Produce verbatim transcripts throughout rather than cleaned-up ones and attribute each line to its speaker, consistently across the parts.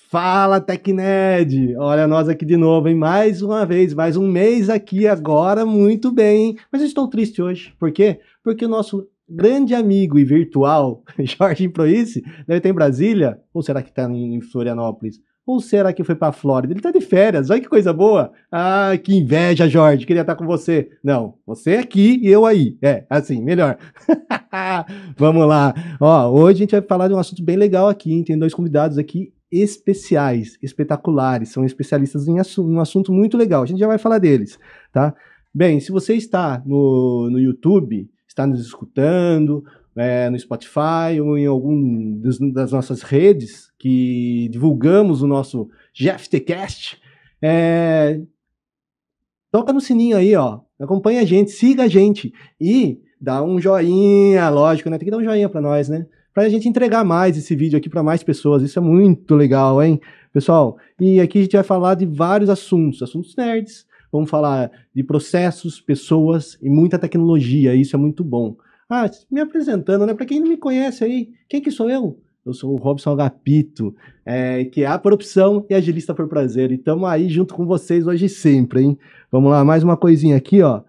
Speaker 1: Fala, TecNerd! Olha nós aqui de novo, hein? Mais uma vez, mais um mês aqui agora, muito bem, hein? Mas eu estou triste hoje. Por quê? Porque o nosso grande amigo e virtual, Jorge Proice, deve estar em Brasília, ou será que está em Florianópolis? Ou será que foi para Flórida? Ele está de férias, olha que coisa boa! Ah, que inveja, Jorge, queria estar com você. Não, você aqui e eu aí. É, assim, melhor. Vamos lá. Ó, hoje a gente vai falar de um assunto bem legal aqui, hein? Tem dois convidados aqui especiais, espetaculares, são especialistas em assu- um assunto muito legal, a gente já vai falar deles, tá? Bem, se você está no, no YouTube, está nos escutando, é, no Spotify ou em algum dos, das nossas redes que divulgamos o nosso GFTcast, é, toca no sininho aí, ó, acompanha a gente, siga a gente e dá um joinha, lógico, né? Tem que dar um joinha para nós, né? Para a gente entregar mais esse vídeo aqui para mais pessoas. Isso é muito legal, hein, pessoal? E aqui a gente vai falar de vários assuntos, assuntos nerds. Vamos falar de processos, pessoas e muita tecnologia. Isso é muito bom. Ah, me apresentando, né? Para quem não me conhece aí, quem que sou eu? Eu sou o Robson Agapito, é, que é por opção e agilista por prazer. E estamos aí junto com vocês hoje e sempre, hein? Vamos lá, mais uma coisinha aqui, ó.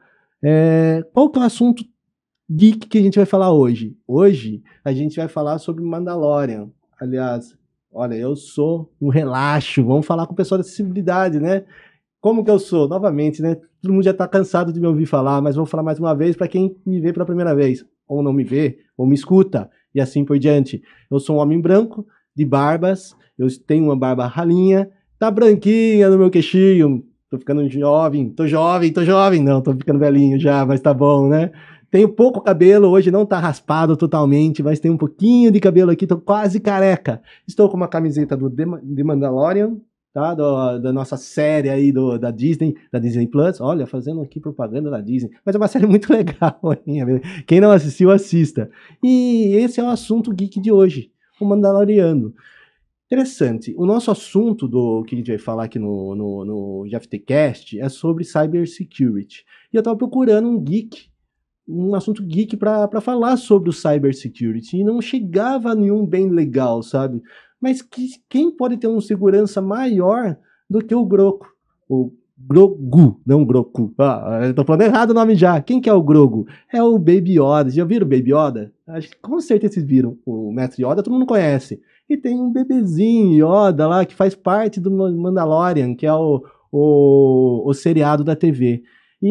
Speaker 1: É, qual que é o assunto geek que a gente vai falar hoje? Hoje a gente vai falar sobre Mandalorian. Aliás, olha, eu sou um relaxo. Vamos falar com o pessoal da acessibilidade, né? Como que eu sou? Novamente, né? Todo mundo já tá cansado de me ouvir falar, mas vou falar mais uma vez para quem me vê pela primeira vez, ou não me vê, ou me escuta, e assim por diante. Eu sou um homem branco, de barbas, eu tenho uma barba ralinha, tá branquinha no meu queixinho, tô ficando jovem, tô jovem, tô jovem, não, tô ficando velhinho já, mas tá bom, né? Tenho pouco cabelo, hoje não tá raspado totalmente, mas tem um pouquinho de cabelo aqui, tô quase careca. Estou com uma camiseta do The Mandalorian, tá? Do, da nossa série aí do, da Disney, da Disney Plus. Olha, fazendo aqui propaganda da Disney. Mas é uma série muito legal, hein? Quem não assistiu, assista. E esse é o assunto geek de hoje, o Mandaloriano. Interessante. O nosso assunto do que a gente vai falar aqui no, no, no GFTcast é sobre cybersecurity. E eu tava procurando um geek, um assunto geek para falar sobre o cybersecurity e não chegava a nenhum bem legal, sabe? Mas que, quem pode ter uma segurança maior do que o Grogu? O Grogu, não o Grogu. Ah, eu tô falando errado o nome já. Quem que é o Grogu? É o Baby Yoda. Já viram o Baby Yoda? Acho que com certeza vocês viram. O Mestre Yoda todo mundo conhece. E tem um bebezinho Yoda lá que faz parte do Mandalorian, que é o, o, o seriado da T V.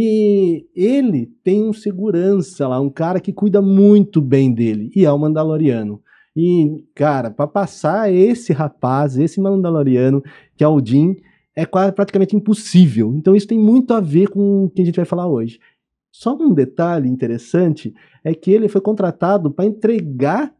Speaker 1: E ele tem um segurança lá, um cara que cuida muito bem dele, e é o Mandaloriano. E, cara, para passar esse rapaz, esse Mandaloriano, que é o Din, é quase, praticamente impossível. Então isso tem muito a ver com o que a gente vai falar hoje. Só um detalhe interessante é que ele foi contratado para entregar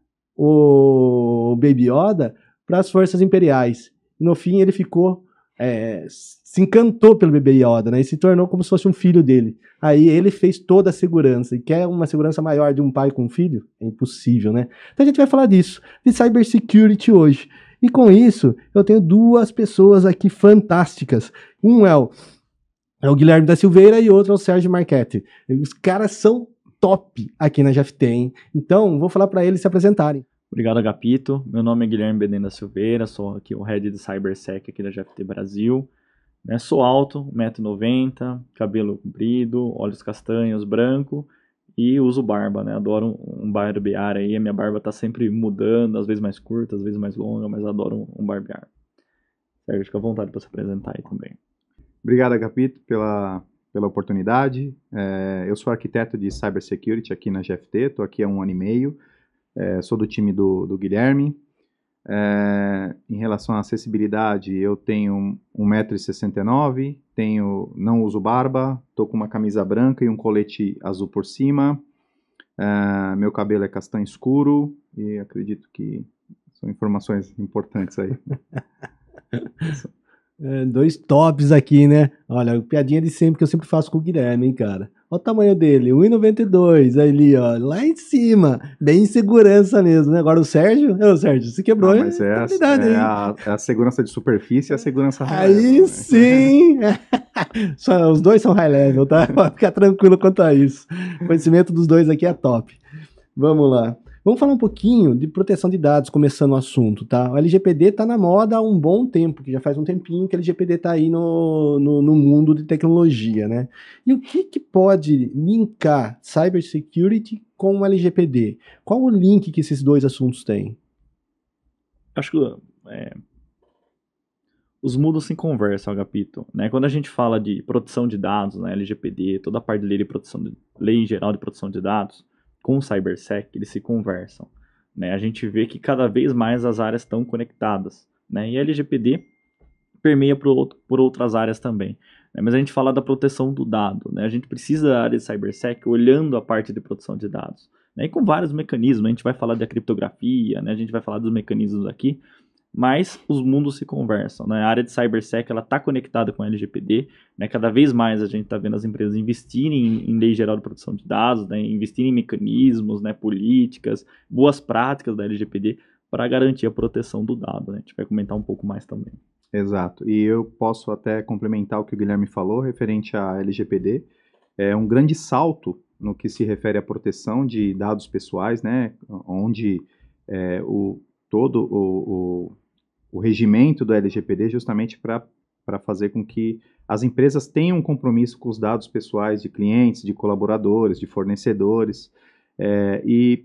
Speaker 1: o Baby Yoda para as forças imperiais. No fim ele ficou... É, se encantou pelo bebê Yoda, né? E se tornou como se fosse um filho dele. Aí ele fez toda a segurança. E quer uma segurança maior de um pai com um filho? É impossível, né? Então a gente vai falar disso, de cybersecurity hoje. E com isso, eu tenho duas pessoas aqui fantásticas. Um é o, é o Guilherme da Silveira e outro é o Sérgio Marchetti. Os caras são top aqui na G F T, hein? Então, vou falar para eles se apresentarem.
Speaker 2: Obrigado, Agapito. Meu nome é Guilherme Bedem da Silveira, sou aqui o Head de Cybersec aqui da G F T Brasil. Né, sou alto, um metro e noventa, cabelo comprido, olhos castanhos, branco e uso barba, né? Adoro um, um barbear aí, a minha barba tá sempre mudando, às vezes mais curta, às vezes mais longa, mas adoro um, um barbear. Sérgio, fica à vontade para se apresentar aí também.
Speaker 3: Obrigado, Agapito, pela, pela oportunidade. É, eu sou arquiteto de Cybersecurity aqui na G F T, estou aqui há um ano e meio. É, sou do time do, do Guilherme. É, em relação à acessibilidade, eu tenho um metro e sessenta e nove, tenho, não uso barba, estou com uma camisa branca e um colete azul por cima. É, meu cabelo é castanho escuro e acredito que são informações importantes aí.
Speaker 1: É, dois tops aqui, né? Olha, piadinha de sempre que eu sempre faço com o Guilherme, hein, cara? Olha o tamanho dele, um e noventa e dois, ali, ó, lá em cima, bem em segurança mesmo, né? Agora o Sérgio, ô Sérgio, se quebrou,
Speaker 3: ah, mas é, a, é, a, é a segurança de superfície e a segurança high level.
Speaker 1: Aí sim! Só, os dois são high level, tá? Pode ficar tranquilo quanto a isso. O conhecimento dos dois aqui é top. Vamos lá. Vamos falar um pouquinho de proteção de dados, começando o assunto, tá? O L G P D está na moda há um bom tempo, que já faz um tempinho que o L G P D está aí no, no, no mundo de tecnologia, né? E o que, que pode linkar cybersecurity com o L G P D? Qual o link que esses dois assuntos têm?
Speaker 2: Acho que é, os mundos se conversam, Agapito, né? Quando a gente fala de proteção de dados, né, L G P D, toda a parte de lei de proteção de, lei geral de proteção de dados, com o CyberSec, eles se conversam, né? A gente vê que cada vez mais as áreas estão conectadas, né? E a L G P D permeia por, outro, por outras áreas também, né? Mas a gente fala da proteção do dado, né? A gente precisa da área de CyberSec olhando a parte de proteção de dados, né? E com vários mecanismos, a gente vai falar da criptografia, né? A gente vai falar dos mecanismos aqui, mas os mundos se conversam, né? A área de CyberSec ela está conectada com a L G P D, né? Cada vez mais a gente está vendo as empresas investirem em, em lei geral de proteção de dados, né? Investirem em mecanismos, né? Políticas, boas práticas da L G P D para garantir a proteção do dado, né? A gente vai comentar um pouco mais também.
Speaker 3: Exato, e eu posso até complementar o que o Guilherme falou referente à L G P D. É um grande salto no que se refere à proteção de dados pessoais, né? Onde é, o, todo o, o o regimento do L G P D justamente para fazer com que as empresas tenham um compromisso com os dados pessoais de clientes, de colaboradores, de fornecedores. É, e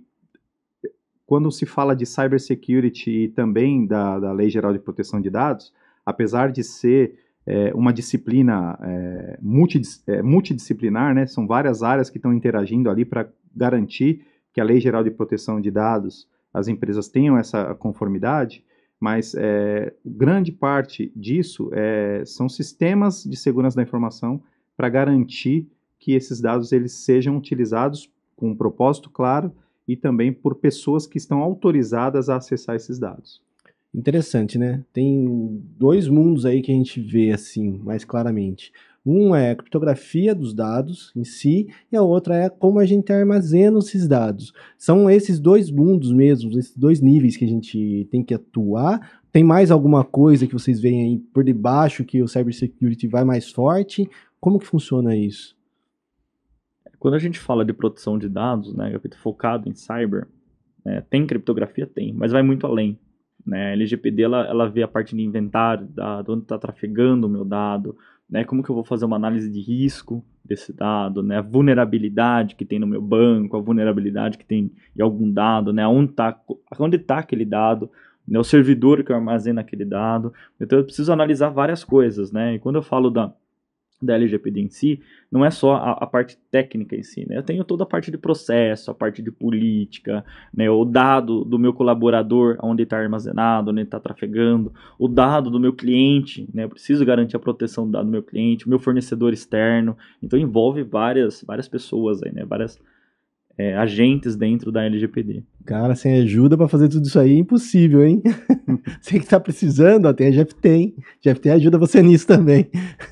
Speaker 3: quando se fala de cybersecurity e também da, da Lei Geral de Proteção de Dados, apesar de ser é, uma disciplina é, multidis, é, multidisciplinar, né, são várias áreas que estão interagindo ali para garantir que a Lei Geral de Proteção de Dados, as empresas tenham essa conformidade, mas é, grande parte disso é, são sistemas de segurança da informação para garantir que esses dados eles sejam utilizados com um propósito claro e também por pessoas que estão autorizadas a acessar esses dados.
Speaker 1: Interessante, né? Tem dois mundos aí que a gente vê assim mais claramente. Um é a criptografia dos dados em si, e a outra é como a gente armazena esses dados. São esses dois mundos mesmos, esses dois níveis que a gente tem que atuar. Tem mais alguma coisa que vocês veem aí por debaixo que o cybersecurity vai mais forte? Como que funciona isso?
Speaker 2: Quando a gente fala de proteção de dados, né, focado em cyber, é, tem criptografia? Tem, mas vai muito além. Né? A L G P D ela, ela vê a parte de inventário, dado, onde está trafegando o meu dado, né? Como que eu vou fazer uma análise de risco desse dado, né? A vulnerabilidade que tem no meu banco, a vulnerabilidade que tem em algum dado, né? Onde está onde tá aquele dado, né? O servidor que armazena aquele dado. Então eu preciso analisar várias coisas, né? E quando eu falo da da L G P D em si, não é só a, a parte técnica em si, né? Eu tenho toda a parte de processo, a parte de política, né? O dado do meu colaborador, onde está armazenado, onde está trafegando, o dado do meu cliente, né? Eu preciso garantir a proteção do dado do meu cliente, o meu fornecedor externo, então envolve várias, várias pessoas aí, né? Várias é, agentes dentro da L G P D.
Speaker 1: Cara, sem ajuda para fazer tudo isso aí é impossível, hein? Você que tá precisando, ó, tem a G F T, hein? G F T ajuda você nisso também.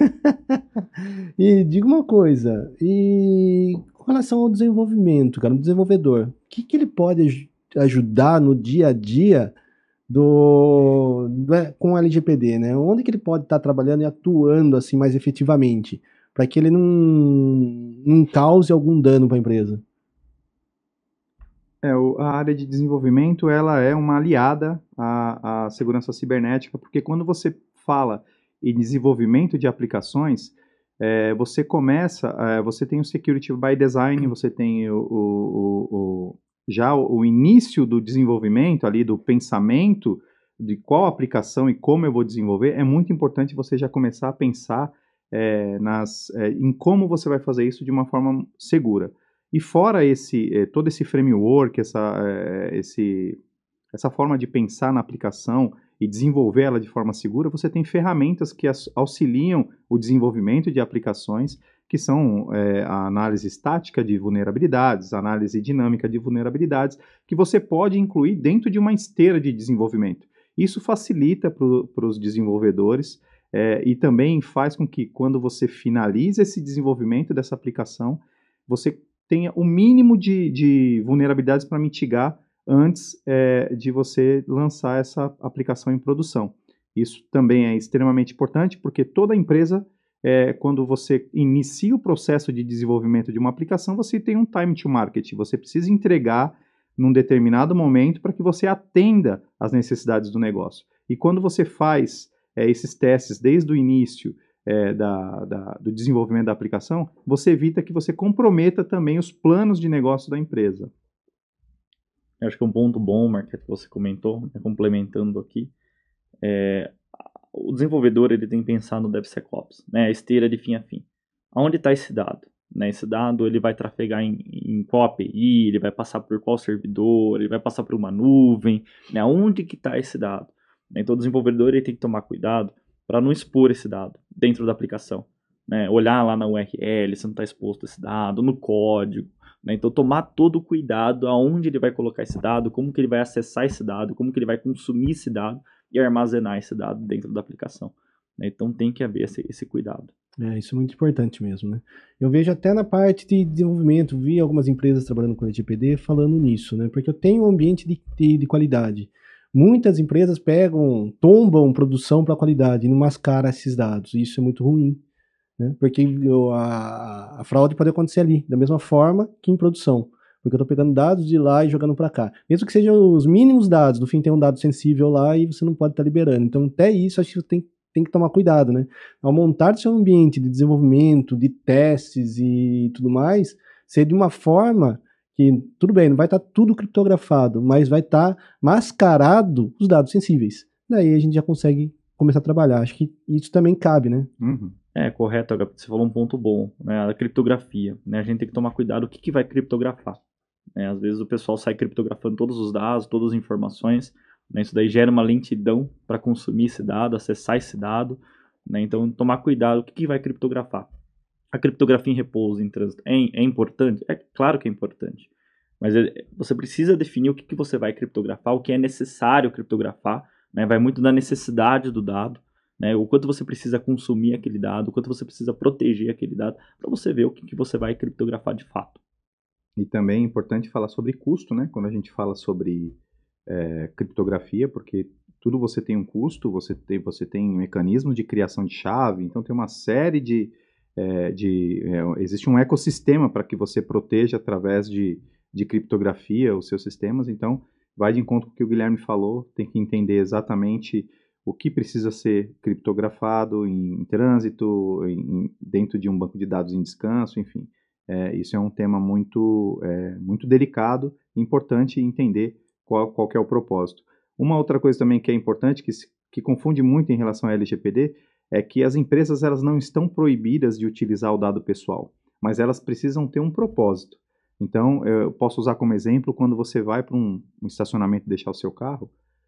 Speaker 1: E diga uma coisa, e com relação ao desenvolvimento, cara, o desenvolvedor, o que, que ele pode aj ajudar no dia a dia do, do com o L G P D, né? Onde que ele pode estar tá trabalhando e atuando assim mais efetivamente, para que ele não, não cause algum dano para a empresa?
Speaker 3: É, a área de desenvolvimento ela é uma aliada à, à segurança cibernética, porque quando você fala em desenvolvimento de aplicações, é, você começa, é, você tem o Security by Design, você tem o, o, o, o, já o início do desenvolvimento, ali do pensamento de qual aplicação e como eu vou desenvolver, é muito importante você já começar a pensar é, nas, é, em como você vai fazer isso de uma forma segura. E fora esse, todo esse framework, essa, esse, essa forma de pensar na aplicação e desenvolver ela de forma segura, você tem ferramentas que auxiliam o desenvolvimento de aplicações, que são é, a análise estática de vulnerabilidades, a análise dinâmica de vulnerabilidades, que você pode incluir dentro de uma esteira de desenvolvimento. Isso facilita para os desenvolvedores é, e também faz com que, quando você finaliza esse desenvolvimento dessa aplicação, você tenha o mínimo de, de vulnerabilidades para mitigar antes é, de você lançar essa aplicação em produção. Isso também é extremamente importante, porque toda empresa, é, quando você inicia o processo de desenvolvimento de uma aplicação, você tem um time to market, você precisa entregar num determinado momento para que você atenda às necessidades do negócio. E quando você faz é, esses testes desde o início é, da, da, do desenvolvimento da aplicação, você evita que você comprometa também os planos de negócio da empresa.
Speaker 2: Eu acho que um ponto bom, Marquete, que você comentou, né, complementando aqui, é, o desenvolvedor ele tem que pensar no DevSecOps, né, a esteira de fim a fim. Aonde está esse dado? Né, esse dado ele vai trafegar em, em qual A P I, ele vai passar por qual servidor, ele vai passar por uma nuvem, né, onde que está esse dado? Então o desenvolvedor ele tem que tomar cuidado para não expor esse dado dentro da aplicação. Né, olhar lá na U R L se não está exposto esse dado, no código. Né, então tomar todo o cuidado aonde ele vai colocar esse dado, como que ele vai acessar esse dado, como que ele vai consumir esse dado e armazenar esse dado dentro da aplicação. Né, então tem que haver esse, esse cuidado.
Speaker 1: É, isso é muito importante mesmo, né? Eu vejo até na parte de desenvolvimento, vi algumas empresas trabalhando com L G P D falando nisso, né? Porque eu tenho um ambiente de, de, de qualidade. Muitas empresas pegam, tombam produção para qualidade e não mascaram esses dados. E isso é muito ruim, né? Porque eu, a, a fraude pode acontecer ali, da mesma forma que em produção. Porque eu estou pegando dados de lá e jogando para cá. Mesmo que sejam os mínimos dados, no fim tem um dado sensível lá e você não pode estar tá liberando. Então até isso acho que você tem tem que tomar cuidado, né? Ao montar seu ambiente de desenvolvimento, de testes e tudo mais, ser de uma forma que, tudo bem, não vai estar tudo criptografado, mas vai estar mascarado os dados sensíveis. Daí a gente já consegue começar a trabalhar. Acho que isso também cabe, né?
Speaker 2: Uhum. É, correto, H P. Você falou um ponto bom, né? A criptografia, né? A gente tem que tomar cuidado o que, que vai criptografar. Né? Às vezes o pessoal sai criptografando todos os dados, todas as informações, né? Isso daí gera uma lentidão para consumir esse dado, acessar esse dado, né? Então tomar cuidado o que, que vai criptografar. A criptografia em repouso, em trânsito, é, é importante? É claro que é importante, mas é, você precisa definir o que, que você vai criptografar, o que é necessário criptografar, né? Vai muito da necessidade do dado, né? O quanto você precisa consumir aquele dado, o quanto você precisa proteger aquele dado, para você ver o que, que você vai criptografar de fato.
Speaker 3: E também é importante falar sobre custo, né? Quando a gente fala sobre é, criptografia, porque tudo você tem um custo, você tem, você tem mecanismos de criação de chave, então tem uma série de... É, de é, existe um ecossistema para que você proteja através de, de criptografia os seus sistemas, então vai de encontro com o que o Guilherme falou, tem que entender exatamente o que precisa ser criptografado em, em trânsito, em, dentro de um banco de dados em descanso, enfim. É, isso é um tema muito, é, muito delicado e importante entender qual, qual que é o propósito. Uma outra coisa também que é importante, que, que confunde muito em relação à L G P D, é que as empresas elas não estão proibidas de utilizar o dado pessoal, mas elas precisam ter um propósito. Então, eu posso usar como exemplo, quando você vai para um, um estacionamento deixar o seu carro,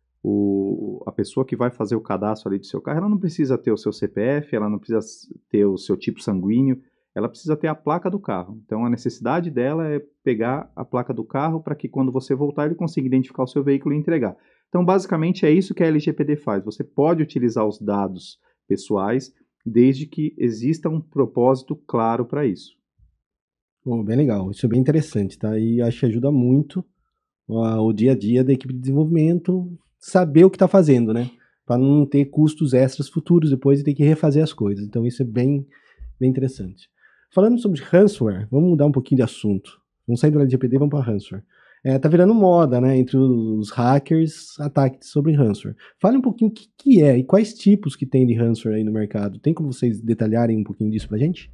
Speaker 3: o, a pessoa que vai fazer o cadastro ali do seu carro, ela não precisa ter o seu C P F, ela não precisa ter o seu tipo sanguíneo, ela precisa ter a placa do carro. Então, a necessidade dela é pegar a placa do carro para que quando você voltar, ele consiga identificar o seu veículo e entregar. Então, basicamente, é isso que a L G P D faz. Você pode utilizar os dados pessoais, desde que exista um propósito claro para isso.
Speaker 1: Bom, bem legal, isso é bem interessante, tá? E acho que ajuda muito uh, o dia a dia da equipe de desenvolvimento saber o que está fazendo, né? Para não ter custos extras futuros depois e ter que refazer as coisas. Então isso é bem, bem interessante. Falando sobre ransomware, vamos mudar um pouquinho de assunto. Vamos sair do L G P D e vamos para ransomware. É, tá virando moda, né, entre os hackers, ataques sobre ransomware. Fale um pouquinho o que, que é e quais tipos que tem de ransomware aí no mercado. Tem como vocês detalharem um pouquinho disso pra gente?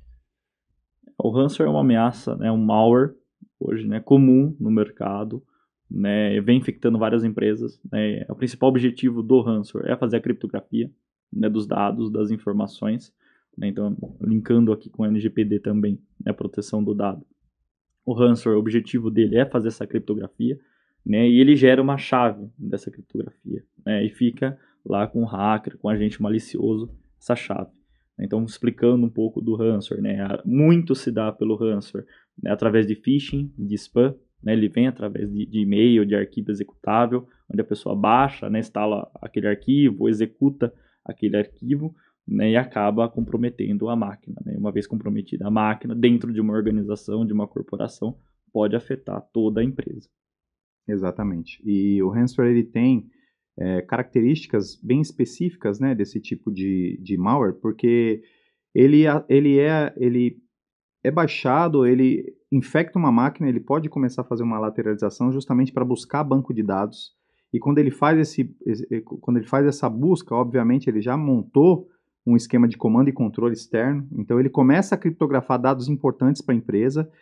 Speaker 2: O ransomware é uma ameaça, é né, um malware, hoje, né, comum no mercado, né, vem infectando várias empresas. Né, o principal objetivo do ransomware é fazer a criptografia, né, dos dados, das informações. Né, então, linkando aqui com o L G P D também, né, a proteção do dado. O ransomware, o objetivo dele é fazer essa criptografia, né, e ele gera uma chave dessa criptografia, né, e fica lá com o hacker, com o agente malicioso, essa chave. Então, explicando um pouco do ransomware, né, muito se dá pelo ransomware, né, através de phishing, de spam, né, ele vem através de, de e-mail, de arquivo executável, onde a pessoa baixa, né, instala aquele arquivo, executa aquele arquivo, né, e acaba comprometendo a máquina. Né? Uma vez comprometida a máquina, dentro de uma organização, de uma corporação, pode afetar toda a empresa.
Speaker 3: Exatamente. E o ransomware ele tem é, características bem específicas, né, desse tipo de, de malware, porque ele, ele, é, ele é baixado, ele, infecta uma máquina, ele pode começar a fazer uma lateralização justamente para buscar banco de dados. E quando ele faz esse, esse, quando ele faz essa busca, obviamente ele já montou um esquema de comando e controle externo. Então ele começa a criptografar dados importantes para a empresa.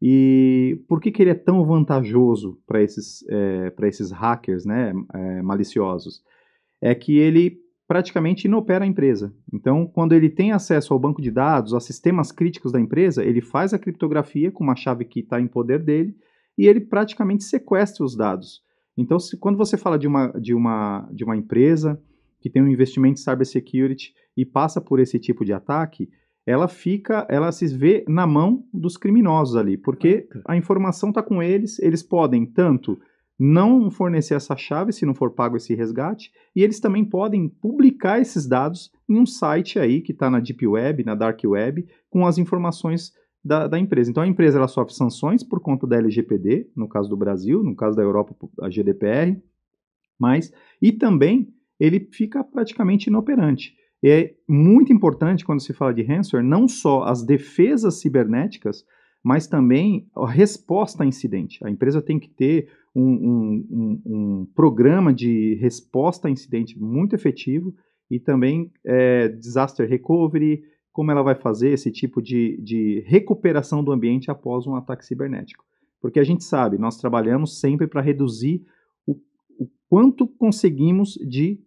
Speaker 3: E por que, que ele é tão vantajoso para esses, é, para esses hackers, né, é, maliciosos? É que ele praticamente inopera a empresa. Então, quando ele tem acesso ao banco de dados, a sistemas críticos da empresa, ele faz a criptografia com uma chave que está em poder dele e ele praticamente sequestra os dados. Então, se, quando você fala de uma, de, uma, de uma empresa que tem um investimento em cybersecurity e passa por esse tipo de ataque, ela fica, ela se vê na mão dos criminosos ali, porque a informação está com eles, eles podem tanto não fornecer essa chave se não for pago esse resgate, e eles também podem publicar esses dados em um site aí que está na Deep Web, na Dark Web, com as informações da, da empresa. Então a empresa ela sofre sanções por conta da L G P D, no caso do Brasil, no caso da Europa, a G D P R, mas, e também ele fica praticamente inoperante. É muito importante quando se fala de ransomware, não só as defesas cibernéticas, mas também a resposta a incidente. A empresa tem que ter um, um, um, um programa de resposta a incidente muito efetivo e também é, disaster recovery, como ela vai fazer esse tipo de, de recuperação do ambiente após um ataque cibernético. Porque a gente sabe, nós trabalhamos sempre para reduzir o, o quanto conseguimos de,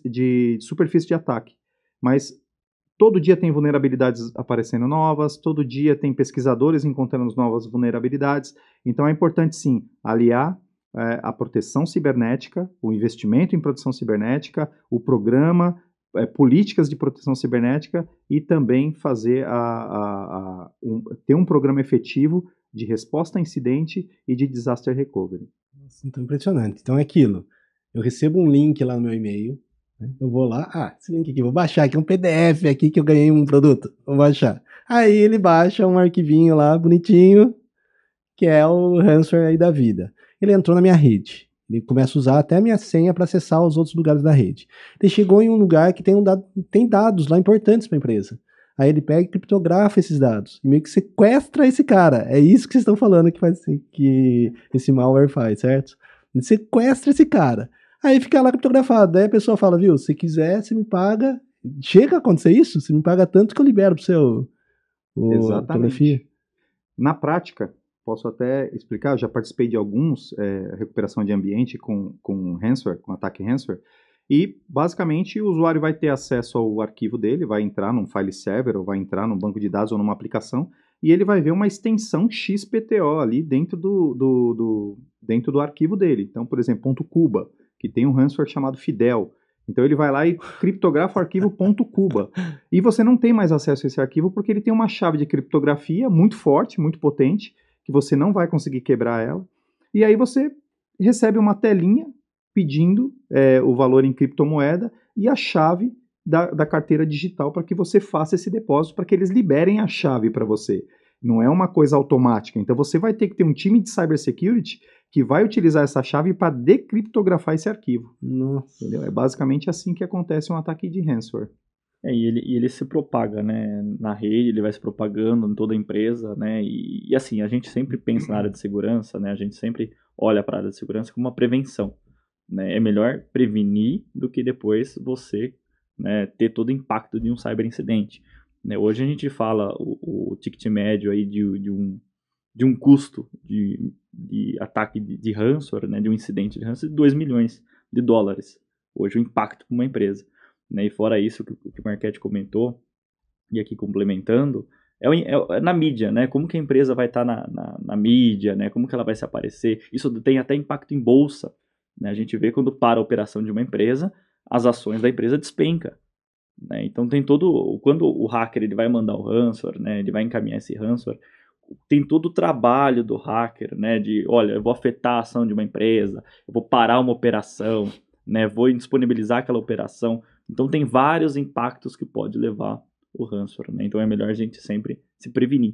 Speaker 3: de superfície de ataque. Mas todo dia tem vulnerabilidades aparecendo novas, todo dia tem pesquisadores encontrando novas vulnerabilidades. Então é importante, sim, aliar é, a proteção cibernética, o investimento em proteção cibernética, o programa, é, políticas de proteção cibernética e também fazer a, a, a, um, ter um programa efetivo de resposta a incidente e de disaster recovery.
Speaker 1: Nossa, então impressionante. Então é aquilo. Eu recebo um link lá no meu e-mail. Eu vou lá, ah, esse link aqui, vou baixar aqui um P D F aqui que eu ganhei um produto, vou baixar. Aí ele baixa um arquivinho lá, bonitinho, que é o ransomware aí da vida. Ele entrou na minha rede, ele começa a usar até a minha senha para acessar os outros lugares da rede. Ele chegou em um lugar que tem, um dado, tem dados lá importantes para a empresa. Aí ele pega e criptografa esses dados, e meio que sequestra esse cara. É isso que vocês estão falando que, faz, que esse malware faz, certo? Ele sequestra esse cara. Aí fica lá criptografado. Daí a pessoa fala, viu, se quiser, você me paga. Chega a acontecer isso? Você me paga tanto que eu libero pro seu o,
Speaker 3: Exatamente. Na prática, posso até explicar, eu já participei de alguns é, recuperação de ambiente com, com ransomware, com ataque ransomware, e basicamente o usuário vai ter acesso ao arquivo dele, vai entrar num file server, ou vai entrar num banco de dados ou numa aplicação, e ele vai ver uma extensão X P T O ali dentro do, do, do, dentro do arquivo dele. Então, por exemplo, .cuba, que tem um ransomware chamado Fidel. Então ele vai lá e criptografa o arquivo .cuba. E você não tem mais acesso a esse arquivo porque ele tem uma chave de criptografia muito forte, muito potente, que você não vai conseguir quebrar ela. E aí você recebe uma telinha pedindo é, o valor em criptomoeda e a chave da, da carteira digital para que você faça esse depósito, para que eles liberem a chave para você. Não é uma coisa automática. Então você vai ter que ter um time de cybersecurity que vai utilizar essa chave para decriptografar esse arquivo.
Speaker 1: Nossa.
Speaker 3: Entendeu? É basicamente assim que acontece um ataque de ransomware.
Speaker 2: É, e ele, e ele se propaga, né, na rede, ele vai se propagando em toda a empresa, né, e, e assim, a gente sempre pensa na área de segurança, né, a gente sempre olha para a área de segurança como uma prevenção, né, é melhor prevenir do que depois você, né, ter todo o impacto de um cyberincidente, né. Hoje a gente fala o, o ticket médio aí de, de um de um custo de, de ataque de, de ransomware, né, de um incidente de ransomware, de dois milhões de dólares. Hoje o impacto para uma empresa. Né, e fora isso, o que o Marchetti comentou, e aqui complementando, é, é, é na mídia, né, como que a empresa vai estar tá na, na, na mídia, né, como que ela vai se aparecer. Isso tem até impacto em bolsa. Né, a gente vê quando para a operação de uma empresa, as ações da empresa despencam. Né, então tem todo, quando o hacker ele vai mandar o ransomware, né, ele vai encaminhar esse ransomware, tem todo o trabalho do hacker, né, de, olha, eu vou afetar a ação de uma empresa, eu vou parar uma operação, né, vou indisponibilizar aquela operação. Então tem vários impactos que pode levar o ransomware, né? Então é melhor a gente sempre se prevenir.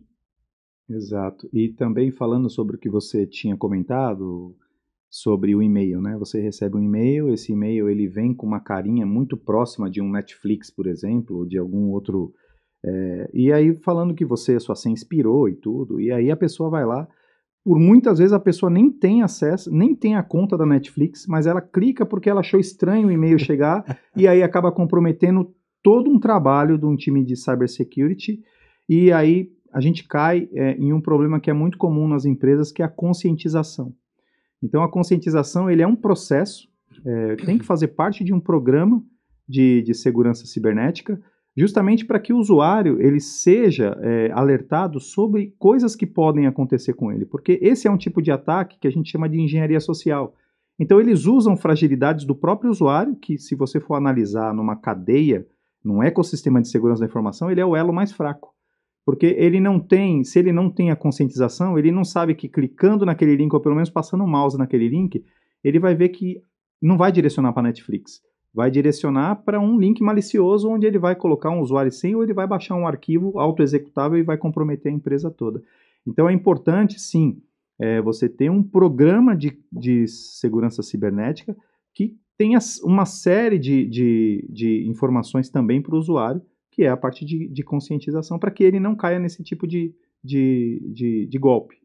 Speaker 3: Exato. E também falando sobre o que você tinha comentado sobre o e-mail, né? Você recebe um e-mail, esse e-mail ele vem com uma carinha muito próxima de um Netflix, por exemplo, ou de algum outro É, e aí falando que você, sua senha expirou e tudo, e aí a pessoa vai lá, por muitas vezes a pessoa nem tem acesso, nem tem a conta da Netflix, mas ela clica porque ela achou estranho o e-mail chegar e aí acaba comprometendo todo um trabalho de um time de cybersecurity, e aí a gente cai é, em um problema que é muito comum nas empresas, que é a conscientização. Então a conscientização ele é um processo, é, tem que fazer parte de um programa de, de segurança cibernética, justamente para que o usuário ele seja é, alertado sobre coisas que podem acontecer com ele, porque esse é um tipo de ataque que a gente chama de engenharia social. Então eles usam fragilidades do próprio usuário, que se você for analisar numa cadeia, num ecossistema de segurança da informação, ele é o elo mais fraco. Porque ele não tem, se ele não tem a conscientização, ele não sabe que clicando naquele link, ou pelo menos passando o mouse naquele link, ele vai ver que não vai direcionar para a Netflix. Vai direcionar para um link malicioso, onde ele vai colocar um usuário sem, ou ele vai baixar um arquivo auto-executável e vai comprometer a empresa toda. Então é importante, sim, é, você ter um programa de, de segurança cibernética que tenha uma série de, de, de informações também para o usuário, que é a parte de, de conscientização, para que ele não caia nesse tipo de, de, de, de golpe.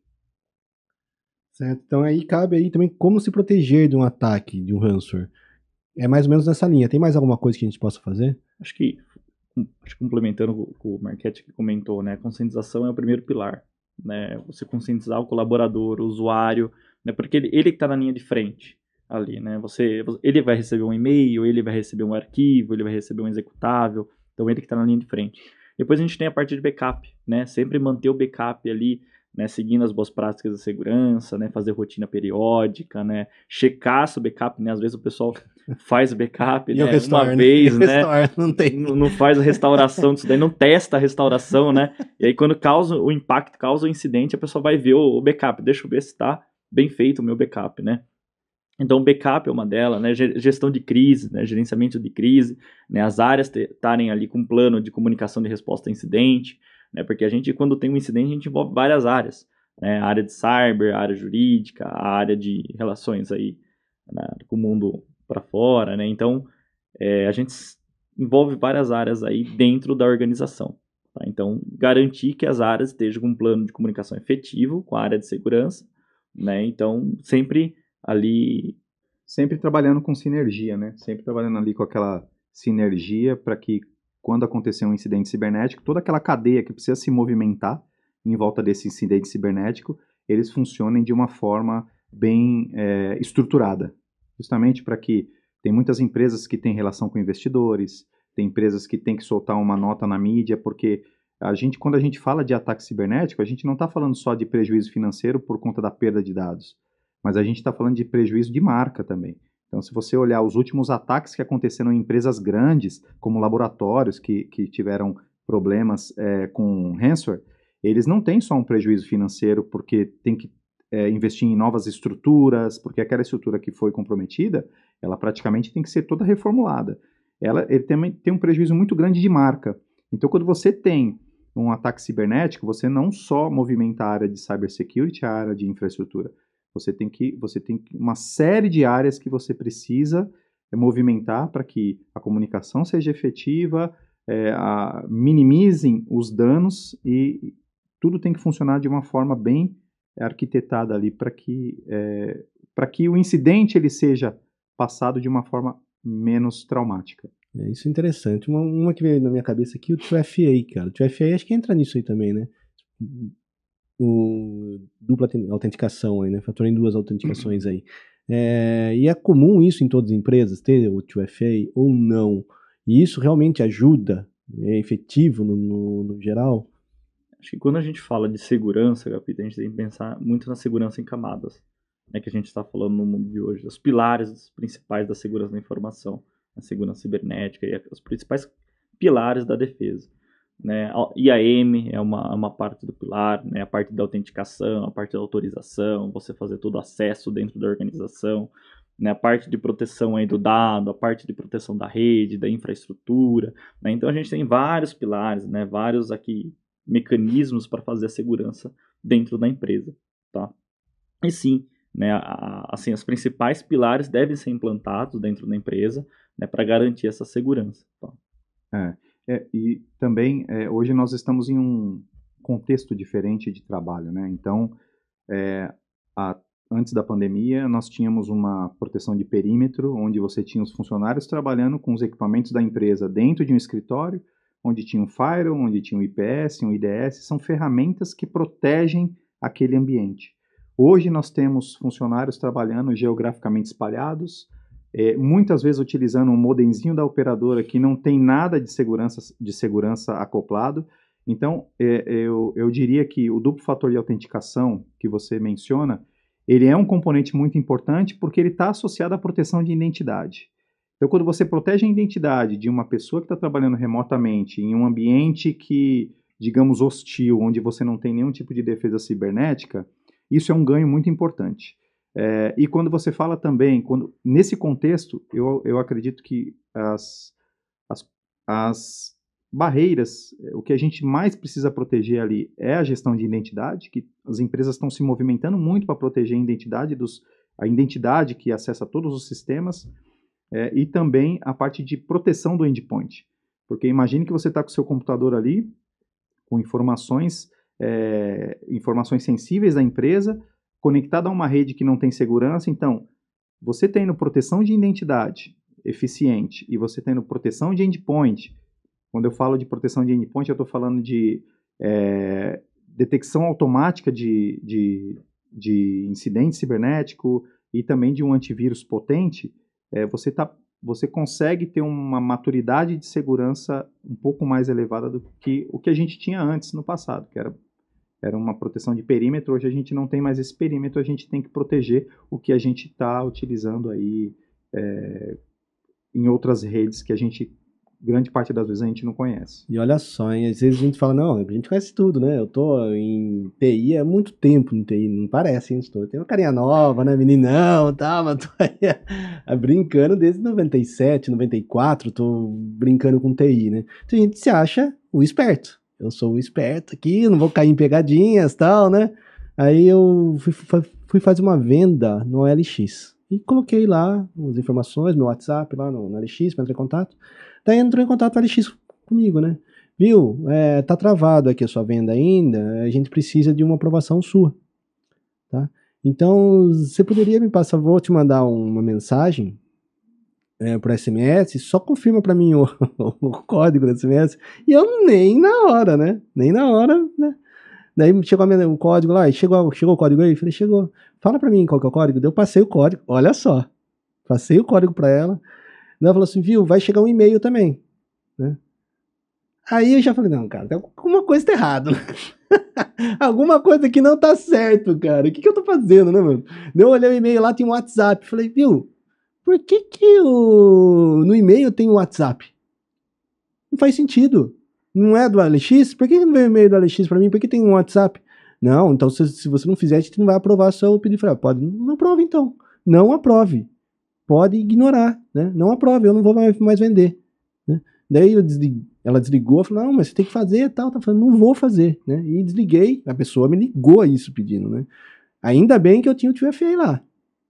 Speaker 1: Certo. Então aí cabe aí também como se proteger de um ataque, de um ransomware. É mais ou menos nessa linha. Tem mais alguma coisa que a gente possa fazer?
Speaker 2: Acho que, acho que complementando o que o Marchetti que comentou, né, a conscientização é o primeiro pilar, né, você conscientizar o colaborador, o usuário, né, porque ele, ele que está na linha de frente ali, né, você, ele vai receber um e-mail, ele vai receber um arquivo, ele vai receber um executável, então ele que está na linha de frente. Depois a gente tem a parte de backup, né, sempre manter o backup ali, né, seguindo as boas práticas de segurança, né, fazer rotina periódica, né, checar se o backup, né, às vezes o pessoal faz backup, né,
Speaker 1: restore,
Speaker 2: uma vez,
Speaker 1: né,
Speaker 2: né,
Speaker 1: restore, não, tem.
Speaker 2: não, não faz a restauração disso daí, não testa a restauração, né, e aí quando causa o impacto, causa o incidente, a pessoa vai ver o, o backup, deixa eu ver se está bem feito o meu backup, né. Então, o backup é uma delas, né? Gestão de crise, né? Gerenciamento de crise, né? As áreas estarem ali com um plano de comunicação de resposta a incidente, né? Porque a gente, quando tem um incidente, a gente envolve várias áreas, né? A área de cyber, a área jurídica, a área de relações aí, né? Com o mundo para fora, né? Então, é, a gente envolve várias áreas aí dentro da organização, tá? Então, garantir que as áreas estejam com um plano de comunicação efetivo com a área de segurança, né? Então, sempre ali,
Speaker 3: sempre trabalhando com sinergia, né? Sempre trabalhando ali com aquela sinergia para que quando acontecer um incidente cibernético, toda aquela cadeia que precisa se movimentar em volta desse incidente cibernético, eles funcionem de uma forma bem é, estruturada, justamente para que tem muitas empresas que têm relação com investidores, tem empresas que têm que soltar uma nota na mídia, porque a gente, quando a gente fala de ataque cibernético, a gente não está falando só de prejuízo financeiro por conta da perda de dados, mas a gente está falando de prejuízo de marca também. Então, se você olhar os últimos ataques que aconteceram em empresas grandes, como laboratórios que, que tiveram problemas é, com ransomware, eles não têm só um prejuízo financeiro porque tem que é, investir em novas estruturas, porque aquela estrutura que foi comprometida, ela praticamente tem que ser toda reformulada. Ela ele também tem um prejuízo muito grande de marca. Então, quando você tem um ataque cibernético, você não só movimenta a área de cybersecurity, a área de infraestrutura. Você tem que, você tem uma série de áreas que você precisa é, movimentar para que a comunicação seja efetiva, é, a, minimizem os danos e tudo tem que funcionar de uma forma bem arquitetada ali para que, é, para que o incidente ele seja passado de uma forma menos traumática.
Speaker 1: É, isso é interessante. Uma, uma que veio na minha cabeça aqui, o dois F A, cara. O dois F A acho que entra nisso aí também, né? O dupla autenticação aí, né? Fator em duas autenticações aí. É, e é comum isso em todas as empresas, ter o dois F A ou não? E isso realmente ajuda? É efetivo no, no, no geral?
Speaker 2: Acho que quando a gente fala de segurança, Gapita, a gente tem que pensar muito na segurança em camadas, né, que a gente está falando no mundo de hoje. Os pilares principais da segurança da informação, a segurança cibernética e os principais pilares da defesa. Né? I A M é uma, uma parte do pilar, né? A parte da autenticação, a parte da autorização, você fazer todo o acesso dentro da organização, né? A parte de proteção aí do dado, a parte de proteção da rede, da infraestrutura. Né? Então a gente tem vários pilares, né? Vários aqui mecanismos para fazer a segurança dentro da empresa. Tá? E sim, né? a, assim, os principais pilares devem ser implantados dentro da empresa, né? Para garantir essa segurança. Tá?
Speaker 3: É. É, e também, é, hoje nós estamos em um contexto diferente de trabalho, né? Então, é, a, antes da pandemia, nós tínhamos uma proteção de perímetro, onde você tinha os funcionários trabalhando com os equipamentos da empresa dentro de um escritório, onde tinha um firewall, onde tinha um I P S, um I D S, são ferramentas que protegem aquele ambiente. Hoje nós temos funcionários trabalhando geograficamente espalhados, é, muitas vezes utilizando um modemzinho da operadora que não tem nada de segurança, de segurança acoplado. Então, é, eu, eu diria que o duplo fator de autenticação que você menciona, ele é um componente muito importante porque ele está associado à proteção de identidade. Então, quando você protege a identidade de uma pessoa que está trabalhando remotamente em um ambiente que, digamos, hostil, onde você não tem nenhum tipo de defesa cibernética, isso é um ganho muito importante. É, e quando você fala também, quando, nesse contexto, eu, eu acredito que as, as, as barreiras, o que a gente mais precisa proteger ali é a gestão de identidade, que as empresas estão se movimentando muito para proteger a identidade, dos, a identidade que acessa todos os sistemas, é, e também a parte de proteção do endpoint. Porque imagine que você está com o seu computador ali, com informações, é, informações sensíveis da empresa, conectado a uma rede que não tem segurança. Então, você tendo proteção de identidade eficiente e você tendo proteção de endpoint, quando eu falo de proteção de endpoint, eu estou falando de é, detecção automática de, de, de incidente cibernético e também de um antivírus potente, é, você, tá, você consegue ter uma maturidade de segurança um pouco mais elevada do que o que a gente tinha antes no passado, que era Era uma proteção de perímetro. Hoje a gente não tem mais esse perímetro, a gente tem que proteger o que a gente está utilizando aí é, em outras redes que a gente, grande parte das vezes, a gente não conhece.
Speaker 1: E olha só, hein? Às vezes a gente fala, não, a gente conhece tudo, né? Eu tô em T I há muito tempo no T I, não parece, hein? Estou, tem uma carinha nova, né? Meninão, tá, mas tô aí brincando desde noventa e sete, noventa e quatro, tô brincando com T I, né? Então a gente se acha o esperto. Eu sou o esperto aqui, não vou cair em pegadinhas e tal, né? Aí eu fui, fui fazer uma venda no O L X. E coloquei lá as informações, meu WhatsApp lá no, no O L X para entrar em contato. Daí entrou em contato o O L X comigo, né? Viu, é, tá travado aqui a sua venda ainda, a gente precisa de uma aprovação sua, tá? Então, você poderia me passar, vou te mandar uma mensagem É, por S M S, só confirma para mim o, o código do S M S, e eu nem na hora, né? Nem na hora, né? Daí chegou o código lá, e chegou, chegou o código aí? Eu falei, chegou. Fala para mim qual que é o código. Daí eu passei o código, olha só. Passei o código para ela. Daí ela falou assim, viu, vai chegar um e-mail também, né? Aí eu já falei, não, cara, tem alguma coisa tá errada. Alguma coisa que não tá certo, cara. O que que eu tô fazendo, né, mano? Daí eu olhei o e-mail lá, tem um WhatsApp. Falei, viu, por que que o... no e-mail tem o WhatsApp? Não faz sentido. Não é do O L X? Por que não veio o e-mail do O L X pra mim? Por que tem um WhatsApp? Não, então se, se você não fizer, a gente não vai aprovar seu pedido. Falei, pode, não aprove então. Não aprove. Pode ignorar, né? Não aprove, eu não vou mais, mais vender. Né? Daí eu deslig... ela desligou, falou, não, mas você tem que fazer e tal. Tá falando, não vou fazer, né? E desliguei, a pessoa me ligou a isso pedindo, né? Ainda bem que eu tinha o T F A lá.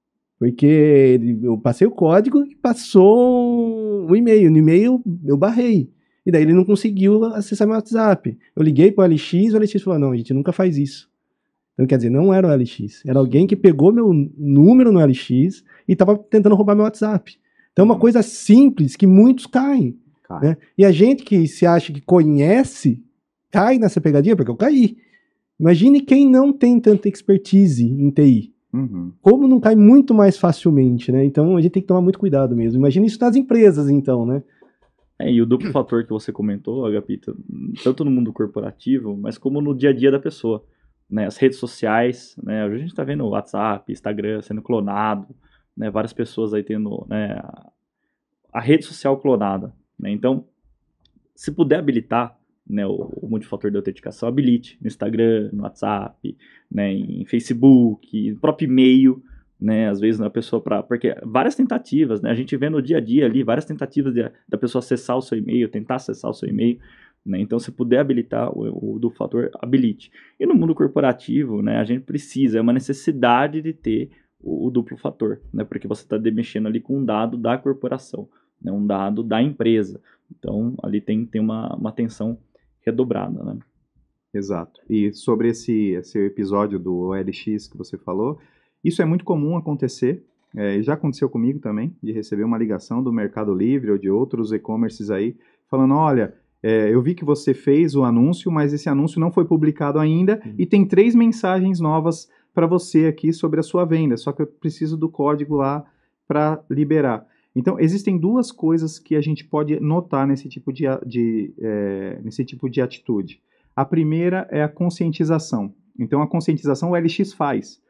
Speaker 1: Porque eu passei o código e passou o e-mail. No e-mail eu barrei. E daí ele não conseguiu acessar meu WhatsApp. Eu liguei para o L X, o L X falou, não, a gente nunca faz isso. Então, quer dizer, não era o L X. Era alguém que pegou meu número no L X e estava tentando roubar meu WhatsApp. Então é uma coisa simples que muitos caem. Né? E a gente que se acha que conhece, cai nessa pegadinha, porque eu caí. Imagine quem não tem tanta expertise em T I.
Speaker 3: Uhum.
Speaker 1: Como não cai muito mais facilmente, né? Então a gente tem que tomar muito cuidado mesmo. Imagina isso nas empresas, então, né?
Speaker 2: É, e o duplo fator que você comentou, Agapito, tanto no mundo corporativo, mas como no dia a dia da pessoa. Né? As redes sociais, né? Hoje a gente está vendo o WhatsApp, Instagram sendo clonado, né? Várias pessoas aí tendo, né, a, a rede social clonada. Né? Então, se puder habilitar, né, o, o multifator de autenticação, habilite no Instagram, no WhatsApp, né, em Facebook, no próprio e-mail, né, às vezes a pessoa para, porque várias tentativas, né, a gente vê no dia a dia ali várias tentativas de, da pessoa acessar o seu e-mail, tentar acessar o seu e-mail, né, então se puder habilitar o, o duplo fator, habilite. E no mundo corporativo, né, a gente precisa, é uma necessidade de ter o, o duplo fator, né, porque você está mexendo ali com um dado da corporação. né, um dado da empresa. Então, ali tem, tem uma, uma atenção redobrada, né?
Speaker 3: Exato. E sobre esse, esse episódio do O L X que você falou, isso é muito comum acontecer, é, já aconteceu comigo também, de receber uma ligação do Mercado Livre ou de outros e-commerces aí, falando, olha, é, eu vi que você fez o anúncio, mas esse anúncio não foi publicado ainda
Speaker 1: Uhum.
Speaker 3: e tem três mensagens novas para você aqui sobre a sua venda, só que eu preciso do código lá para liberar. Então, existem duas coisas que a gente pode notar nesse tipo de, de, é, nesse tipo de atitude. A primeira é a conscientização. Então, a conscientização o L X faz,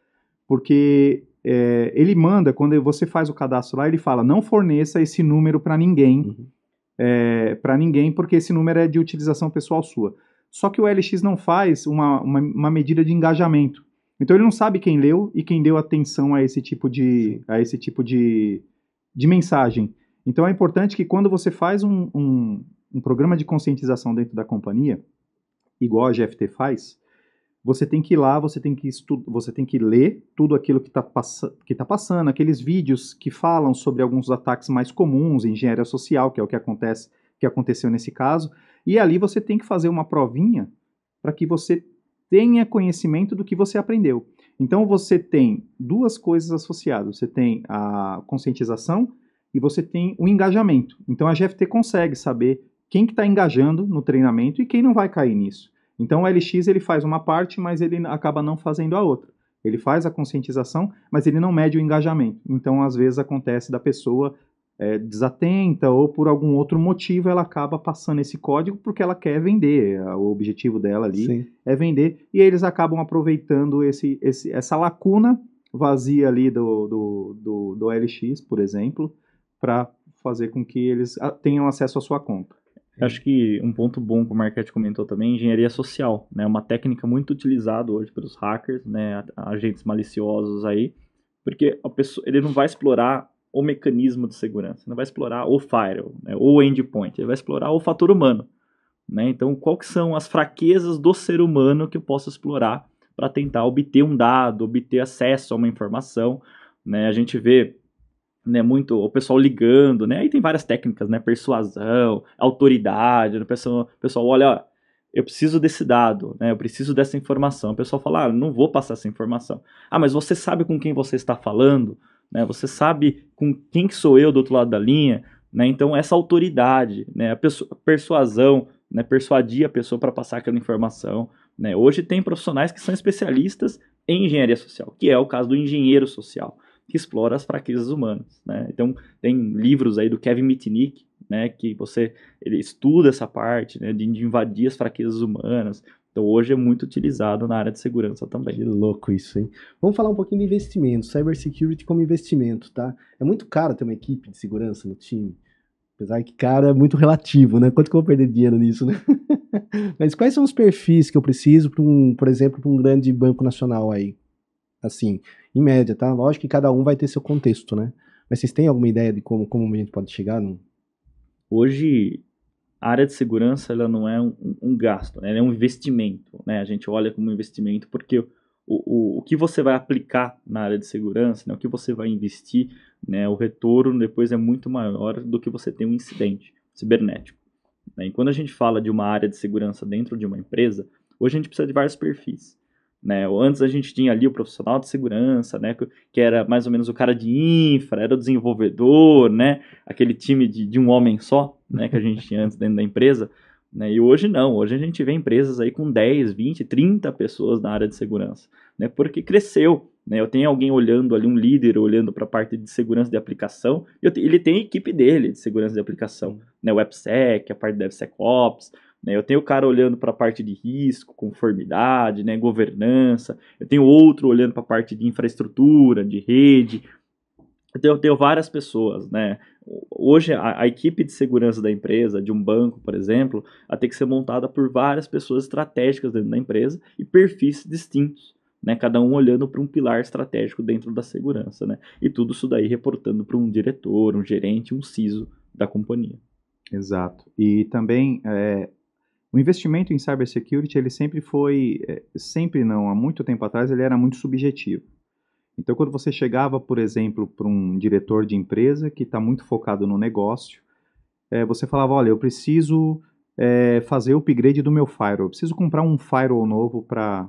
Speaker 3: porque é, ele manda, quando você faz o cadastro lá, ele fala, não forneça esse número para ninguém,
Speaker 1: Uhum.
Speaker 3: é, para ninguém, porque esse número é de utilização pessoal sua. Só que o L X não faz uma, uma, uma medida de engajamento. Então, ele não sabe quem leu e quem deu atenção a esse tipo de, a esse tipo de, de mensagem. Então, é importante que quando você faz um, um, um programa de conscientização dentro da companhia, igual a G F T faz, você tem que ir lá, você tem que, estu- você tem que ler tudo aquilo que está passa- que tá passando, aqueles vídeos que falam sobre alguns ataques mais comuns, engenharia social, que é o que acontece, que aconteceu nesse caso, e ali você tem que fazer uma provinha para que você tenha conhecimento do que você aprendeu. Então você tem duas coisas associadas, você tem a conscientização e você tem o engajamento. Então a G F T consegue saber quem que está engajando no treinamento e quem não vai cair nisso. Então o L X ele faz uma parte, mas ele acaba não fazendo a outra. Ele faz a conscientização, mas ele não mede o engajamento. Então às vezes acontece da pessoa é, desatenta ou por algum outro motivo ela acaba passando esse código porque ela quer vender. O objetivo dela ali
Speaker 1: Sim.
Speaker 3: é vender e eles acabam aproveitando esse, esse, essa lacuna vazia ali do, do, do, do L X, por exemplo, para fazer com que eles tenham acesso à sua conta.
Speaker 2: Eu acho que um ponto bom que o Marquete comentou também é engenharia social, né? Uma técnica muito utilizada hoje pelos hackers, né? Agentes maliciosos aí, porque a pessoa, ele não vai explorar o mecanismo de segurança, não vai explorar o firewall, né? Ou o endpoint, ele vai explorar o fator humano, né? Então, quais que são as fraquezas do ser humano que eu posso explorar para tentar obter um dado, obter acesso a uma informação, né? A gente vê, né, muito o pessoal ligando, né? Aí tem várias técnicas, né? Persuasão, autoridade, né? O pessoal, o pessoal olha, ó, eu preciso desse dado, né? Eu preciso dessa informação. O pessoal fala, ah, não vou passar essa informação. Ah, mas você sabe com quem você está falando, né? Você sabe com quem que sou eu do outro lado da linha, né? Então essa autoridade, né? A persu- persuasão, né? Persuadir a pessoa para passar aquela informação, né? Hoje tem profissionais que são especialistas em engenharia social, que é o caso do engenheiro social, que explora as fraquezas humanas, né? Então tem livros aí do Kevin Mitnick, né, que você ele estuda essa parte, né, de, de invadir as fraquezas humanas. Então hoje é muito utilizado na área de segurança
Speaker 1: Que
Speaker 2: também.
Speaker 1: louco isso, hein? Vamos falar um pouquinho de investimento, cybersecurity como investimento, tá? É muito caro ter uma equipe de segurança no time. Apesar que caro é muito relativo, né? Quanto que eu vou perder dinheiro nisso, né? Mas quais são os perfis que eu preciso, para um, por exemplo, para um grande banco nacional aí? Assim, em média, tá? Lógico que cada um vai ter seu contexto, né? Mas vocês têm alguma ideia de como, como a gente pode chegar? No...
Speaker 2: Hoje a área de segurança ela não é um, um gasto, né? Ela é um investimento, né? A gente olha como investimento porque o, o, o que você vai aplicar na área de segurança, né? O que você vai investir, né? O retorno depois é muito maior do que você tem um incidente cibernético, né? E quando a gente fala de uma área de segurança dentro de uma empresa, hoje a gente precisa de vários perfis, né? Antes a gente tinha ali o profissional de segurança, né? Que era mais ou menos o cara de infra, era o desenvolvedor, né? Aquele time de, de um homem só, né? Que a gente tinha antes dentro da empresa, né? E hoje não, hoje a gente vê empresas aí com dez, vinte, trinta pessoas na área de segurança, né? Porque cresceu, né? Eu tenho alguém olhando ali, um líder olhando para a parte de segurança de aplicação, e eu te, ele tem a equipe dele de segurança de aplicação, né? O AppSec, a parte de DevSecOps, né? Eu tenho o cara olhando para a parte de risco, conformidade, né? Governança, eu tenho outro olhando para a parte de infraestrutura, de rede. Eu tenho, eu tenho várias pessoas, né? Hoje a, a equipe de segurança da empresa, de um banco, por exemplo, ela tem que ser montada por várias pessoas estratégicas dentro da empresa e perfis distintos, né? Cada um olhando para um pilar estratégico dentro da segurança, né? E tudo isso daí reportando para um diretor, um gerente, um C I S O da companhia.
Speaker 3: Exato. E também é, o investimento em cybersecurity ele sempre foi, é, sempre não, há muito tempo atrás ele era muito subjetivo. Então, quando você chegava, por exemplo, para um diretor de empresa que está muito focado no negócio, é, você falava, olha, eu preciso é, fazer o upgrade do meu firewall, eu preciso comprar um firewall novo para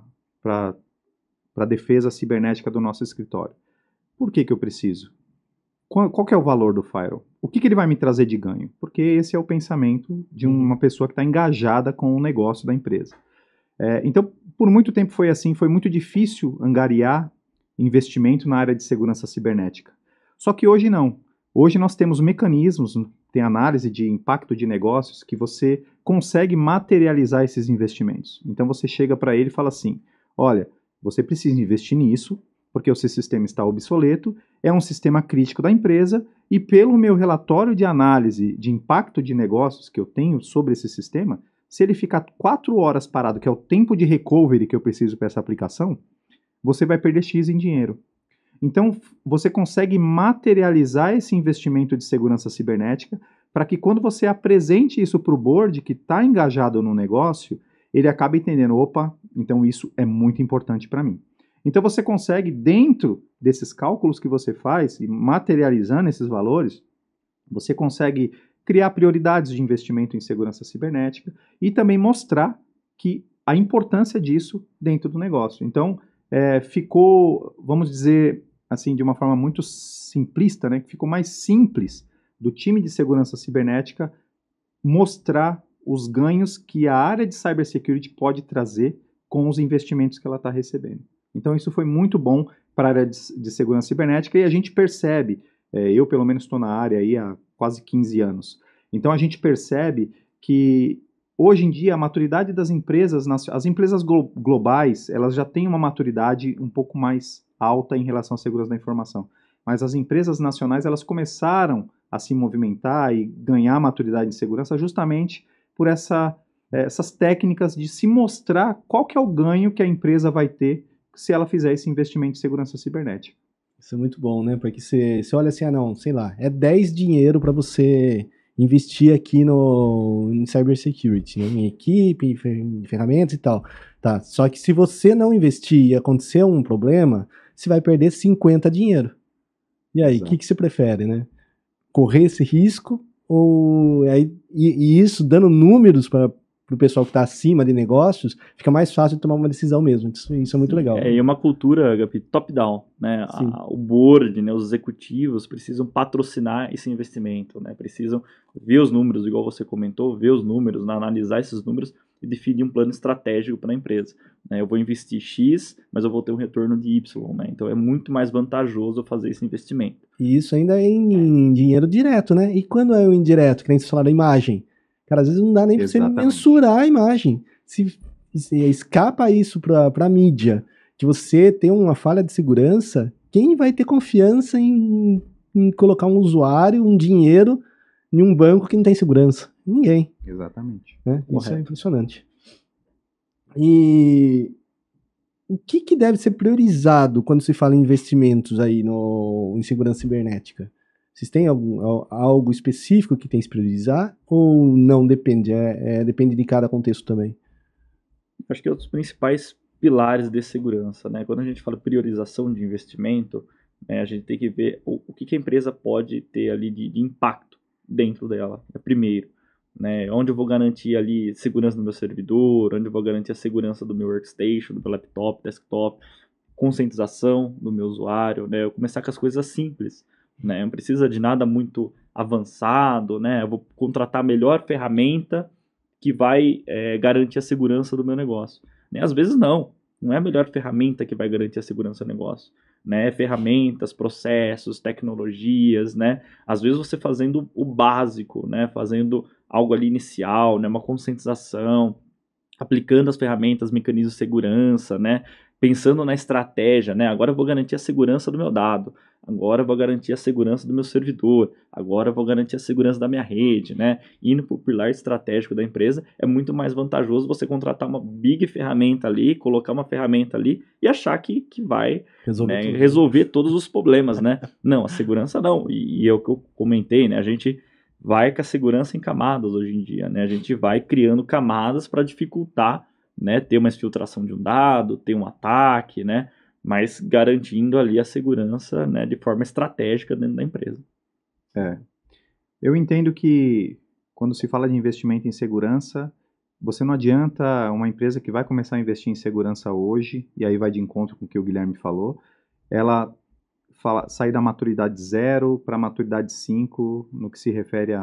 Speaker 3: a defesa cibernética do nosso escritório. Por que que eu preciso? Qual, qual que é o valor do firewall? O que, que ele vai me trazer de ganho? Porque esse é o pensamento de uma pessoa que está engajada com o negócio da empresa. É, então, por muito tempo foi assim, foi muito difícil angariar investimento na área de segurança cibernética. Só que hoje não. Hoje nós temos mecanismos, tem análise de impacto de negócios, que você consegue materializar esses investimentos. Então você chega para ele e fala assim, olha, você precisa investir nisso, porque o seu sistema está obsoleto, é um sistema crítico da empresa, e pelo meu relatório de análise de impacto de negócios que eu tenho sobre esse sistema, se ele ficar quatro horas parado, que é o tempo de recovery que eu preciso para essa aplicação, você vai perder X em dinheiro. Então, você consegue materializar esse investimento de segurança cibernética para que quando você apresente isso para o board que está engajado no negócio, ele acabe entendendo, opa, então isso é muito importante para mim. Então, você consegue, dentro desses cálculos que você faz, e materializando esses valores, você consegue criar prioridades de investimento em segurança cibernética e também mostrar que a importância disso dentro do negócio. Então, é, ficou, vamos dizer assim, de uma forma muito simplista, né, que ficou mais simples do time de segurança cibernética mostrar os ganhos que a área de cybersecurity pode trazer com os investimentos que ela está recebendo. Então, isso foi muito bom para a área de, de segurança cibernética e a gente percebe, é, eu pelo menos estou na área aí há quase quinze anos, então a gente percebe que hoje em dia a maturidade das empresas, as empresas glo globais, elas já têm uma maturidade um pouco mais alta em relação à segurança da informação, mas as empresas nacionais, elas começaram a se movimentar e ganhar maturidade em segurança justamente por essa, essas técnicas de se mostrar qual que é o ganho que a empresa vai ter se ela fizer esse investimento em segurança cibernética.
Speaker 1: Isso é muito bom, né? Porque você, você olha assim, ah não, sei lá, é dez dinheiro para você investir aqui no, em cybersecurity, né? Em equipe, em ferramentas e tal. Tá, só que se você não investir e acontecer um problema, você vai perder cinquenta dinheiro. E aí, o que, que você prefere, né? Correr esse risco ou aí, e, e isso dando números para o pessoal que está acima de negócios, fica mais fácil de tomar uma decisão mesmo. Isso, isso é muito
Speaker 2: Sim,
Speaker 1: legal.
Speaker 2: É, e uma cultura, Gabi, top-down, né? A, o board, né, os executivos precisam patrocinar esse investimento, né? Precisam ver os números, igual você comentou, ver os números, né? Analisar esses números e definir um plano estratégico para a empresa. Né? Eu vou investir X, mas eu vou ter um retorno de Y, né? Então é muito mais vantajoso fazer esse investimento.
Speaker 1: E isso ainda é em, em dinheiro direto, né? E quando é o indireto, que nem você falou da imagem? Cara, às vezes não dá nem para você mensurar a imagem. Se, se escapa isso para a mídia, que você tem uma falha de segurança, quem vai ter confiança em, em colocar um usuário, um dinheiro, em um banco que não tem segurança? Ninguém.
Speaker 3: Exatamente.
Speaker 1: Né? Isso é impressionante. E o que, que deve ser priorizado quando se fala em investimentos aí no, em segurança cibernética? Vocês têm algum, algo específico que tem que se priorizar ou não depende? É, é, depende de cada contexto também?
Speaker 2: Acho que é um dos principais pilares de segurança, né? Quando a gente fala priorização de investimento, né, a gente tem que ver o, o que, que a empresa pode ter ali de, de impacto dentro dela, é primeiro. Né, onde eu vou garantir ali segurança do meu servidor, onde eu vou garantir a segurança do meu workstation, do meu laptop, desktop, conscientização do meu usuário, né, eu começar com as coisas simples, né, não precisa de nada muito avançado, né, eu vou contratar a melhor ferramenta que vai é, garantir a segurança do meu negócio. Né, às vezes não, não é a melhor ferramenta que vai garantir a segurança do negócio. Né, ferramentas, processos, tecnologias, né, às vezes você fazendo o básico, né, fazendo algo ali inicial, né, uma conscientização, aplicando as ferramentas, mecanismos de segurança, né, pensando na estratégia, né, agora eu vou garantir a segurança do meu dado, agora eu vou garantir a segurança do meu servidor, agora eu vou garantir a segurança da minha rede, né, indo para o pilar estratégico da empresa, é muito mais vantajoso você contratar uma big ferramenta ali, colocar uma ferramenta ali e achar que, que vai resolver, né, resolver todos os problemas, né, não, a segurança não, e, e é o que eu comentei, né, a gente vai com a segurança em camadas hoje em dia, né? A gente vai criando camadas para dificultar, né? Ter uma exfiltração de um dado, ter um ataque, né? Mas garantindo ali a segurança, né? De forma estratégica dentro da empresa.
Speaker 3: É. Eu entendo que quando se fala de investimento em segurança, você não adianta uma empresa que vai começar a investir em segurança hoje, e aí vai de encontro com o que o Guilherme falou, ela fala, sair da maturidade zero para a maturidade cinco, no que se refere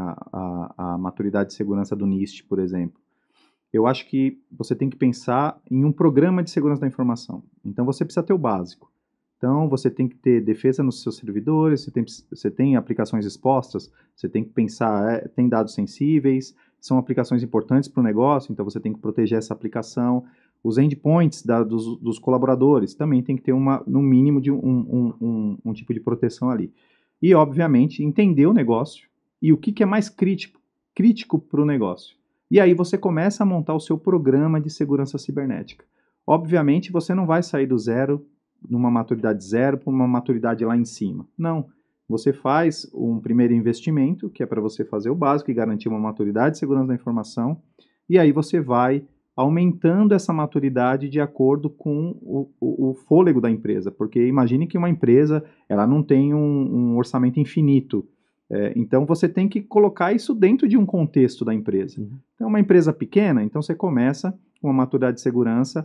Speaker 3: à maturidade de segurança do NIST, por exemplo. Eu acho que você tem que pensar em um programa de segurança da informação. Então, você precisa ter o básico. Então, você tem que ter defesa nos seus servidores, você tem, você tem aplicações expostas, você tem que pensar, é, tem dados sensíveis, são aplicações importantes para o negócio, então você tem que proteger essa aplicação. Os endpoints da, dos, dos colaboradores também tem que ter, uma, no mínimo, de um, um, um, um tipo de proteção ali. E, obviamente, entender o negócio e o que, que é mais crítico, crítico para o negócio. E aí você começa a montar o seu programa de segurança cibernética. Obviamente, você não vai sair do zero, numa maturidade zero, para uma maturidade lá em cima. Não. Você faz um primeiro investimento, que é para você fazer o básico e garantir uma maturidade de segurança da informação, e aí você vai aumentando essa maturidade de acordo com o, o, o fôlego da empresa. Porque imagine que uma empresa ela não tem um, um orçamento infinito. É, então, você tem que colocar isso dentro de um contexto da empresa. Uhum. Então, uma empresa pequena, então você começa com uma maturidade de segurança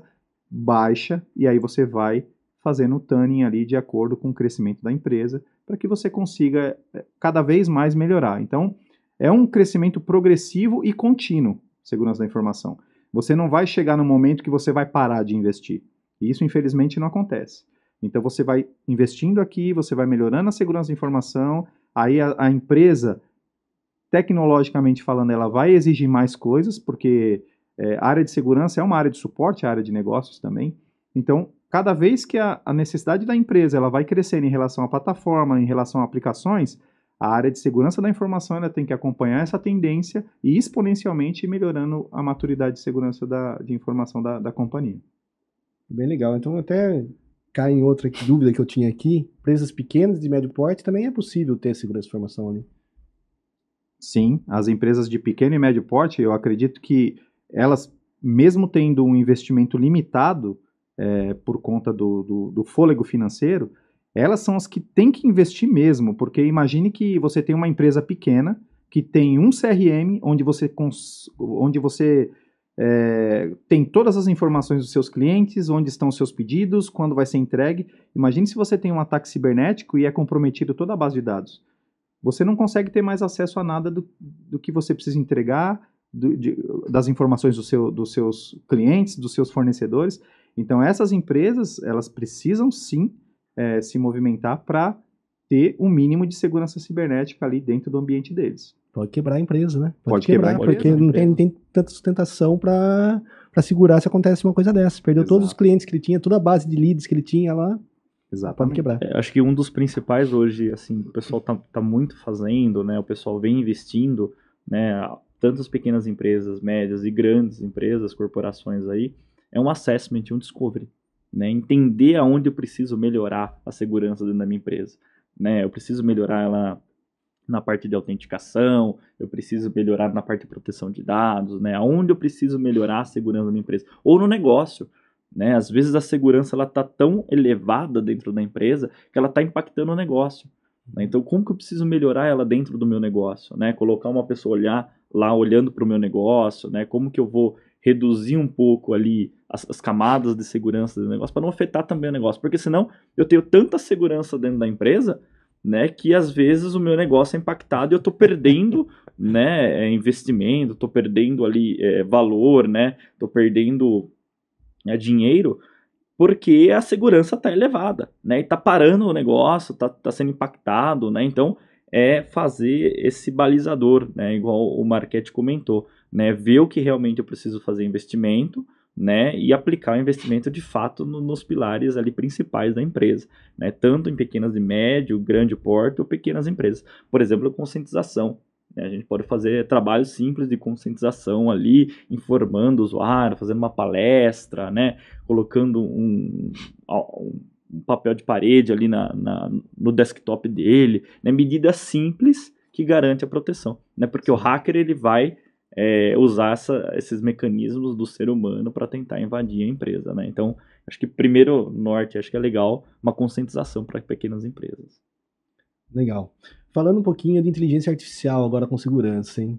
Speaker 3: baixa, e aí você vai fazendo o tuning ali de acordo com o crescimento da empresa, para que você consiga cada vez mais melhorar. Então, é um crescimento progressivo e contínuo, segurança da informação. Você não vai chegar no momento que você vai parar de investir. E isso, infelizmente, não acontece. Então, você vai investindo aqui, você vai melhorando a segurança da informação, aí a, a empresa, tecnologicamente falando, ela vai exigir mais coisas, porque é, a área de segurança é uma área de suporte, a área de negócios também. Então, cada vez que a, a necessidade da empresa ela vai crescendo em relação à plataforma, em relação a aplicações, a área de segurança da informação ela tem que acompanhar essa tendência e exponencialmente ir melhorando a maturidade de segurança da, de informação da, da companhia.
Speaker 1: Bem legal. Então, até cai em outra dúvida que eu tinha aqui. Empresas pequenas de médio porte também é possível ter segurança de informação ali?
Speaker 3: Sim, as empresas de pequeno e médio porte, eu acredito que elas, mesmo tendo um investimento limitado, É, por conta do, do, do fôlego financeiro, elas são as que têm que investir mesmo, porque imagine que você tem uma empresa pequena que tem um C R M onde você, cons, onde você é, tem todas as informações dos seus clientes, onde estão os seus pedidos, quando vai ser entregue. Imagine se você tem um ataque cibernético e é comprometido toda a base de dados. Você não consegue ter mais acesso a nada do, do que você precisa entregar, do, de, das informações do seu, dos seus clientes, dos seus fornecedores. Então, essas empresas, elas precisam sim é, se movimentar para ter um mínimo de segurança cibernética ali dentro do ambiente deles.
Speaker 1: Pode quebrar a empresa, né? Pode,
Speaker 3: Pode
Speaker 1: quebrar,
Speaker 3: quebrar a empresa,
Speaker 1: porque não tem, não tem tanta sustentação para segurar se acontece uma coisa dessa. Perdeu Exato. Todos os clientes que ele tinha, toda a base de leads que ele tinha lá.
Speaker 3: Exatamente.
Speaker 1: Pode quebrar.
Speaker 2: É, acho que um dos principais hoje, assim, o pessoal tá, tá muito fazendo, né? O pessoal vem investindo, né? Tanto as pequenas empresas, médias e grandes empresas, corporações aí, é um assessment, um discovery, né? Entender aonde eu preciso melhorar a segurança dentro da minha empresa, né? Eu preciso melhorar ela na parte de autenticação, eu preciso melhorar na parte de proteção de dados, né? Aonde eu preciso melhorar a segurança da minha empresa, ou no negócio, né? Às vezes a segurança ela tá tão elevada dentro da empresa que ela está impactando o negócio, né? Então, como que eu preciso melhorar ela dentro do meu negócio, né? Colocar uma pessoa olhar lá olhando para o meu negócio, né? Como que eu vou reduzir um pouco ali as, as camadas de segurança do negócio para não afetar também o negócio, porque senão eu tenho tanta segurança dentro da empresa, né, que às vezes o meu negócio é impactado e eu estou perdendo, né, investimento, estou perdendo ali é, valor, né, estou perdendo é, dinheiro, porque a segurança está elevada, né, e está parando o negócio, está tá sendo impactado, né, então é fazer esse balizador, né, igual o Marchetti comentou, né, ver o que realmente eu preciso fazer investimento, né, e aplicar o investimento de fato no, nos pilares ali principais da empresa, né, tanto em pequenas e médio, grande porte ou pequenas empresas. Por exemplo, conscientização. Né, a gente pode fazer trabalhos simples de conscientização ali, informando o usuário, fazendo uma palestra, né, colocando um, um, um papel de parede ali na, na, no desktop dele, né, medidas simples que garantem a proteção, né, porque o hacker ele vai É, usar essa, esses mecanismos do ser humano para tentar invadir a empresa, né? Então, acho que primeiro norte, acho que é legal uma conscientização para pequenas empresas.
Speaker 1: Legal. Falando um pouquinho de inteligência artificial agora com segurança, hein?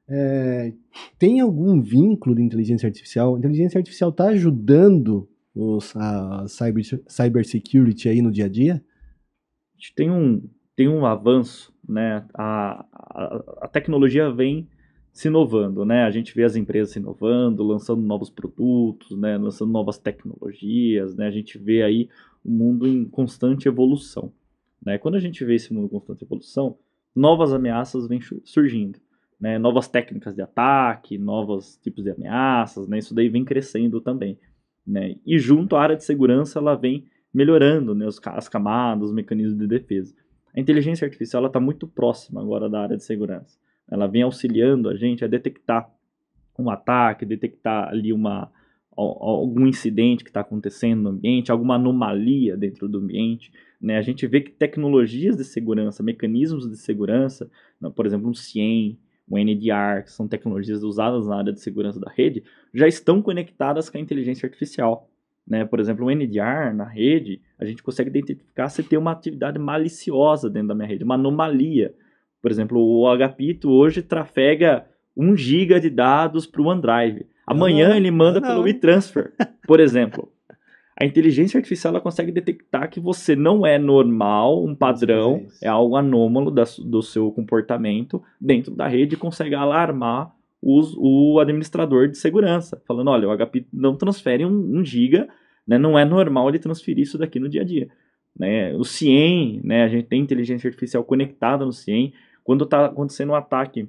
Speaker 1: É, tem algum vínculo de inteligência artificial? A inteligência artificial está ajudando os, a cyber, cybersecurity aí no dia a dia?
Speaker 2: A gente tem um, tem um avanço, né? A, a, a tecnologia vem se inovando, né? A gente vê as empresas se inovando, lançando novos produtos, né? Lançando novas tecnologias, né? A gente vê aí o mundo em constante evolução, né? Quando a gente vê esse mundo em constante evolução, novas ameaças vêm surgindo, né? Novas técnicas de ataque, novos tipos de ameaças, né? Isso daí vem crescendo também, né? E junto à área de segurança, ela vem melhorando, né, as camadas, os mecanismos de defesa. A inteligência artificial está muito próxima agora da área de segurança. Ela vem auxiliando a gente a detectar um ataque, detectar ali uma, algum incidente que está acontecendo no ambiente, alguma anomalia dentro do ambiente. Né? A gente vê que tecnologias de segurança, mecanismos de segurança, por exemplo, um C I E M, o N D R, que são tecnologias usadas na área de segurança da rede, já estão conectadas com a inteligência artificial. Né? Por exemplo, o N D R na rede, a gente consegue identificar se tem uma atividade maliciosa dentro da minha rede, uma anomalia. Por exemplo, o Agapito hoje trafega um giga de dados para o OneDrive. Amanhã não, ele manda não, pelo WeTransfer, por exemplo. A inteligência artificial ela consegue detectar que você não é normal, um padrão, é algo anômalo da, do seu comportamento dentro da rede e consegue alarmar os, o administrador de segurança, falando, olha, o H P não transfere um, um giga, né, não é normal ele transferir isso daqui no dia a dia. Né? O C I E M, né, a gente tem inteligência artificial conectada no C I E M, quando está acontecendo um ataque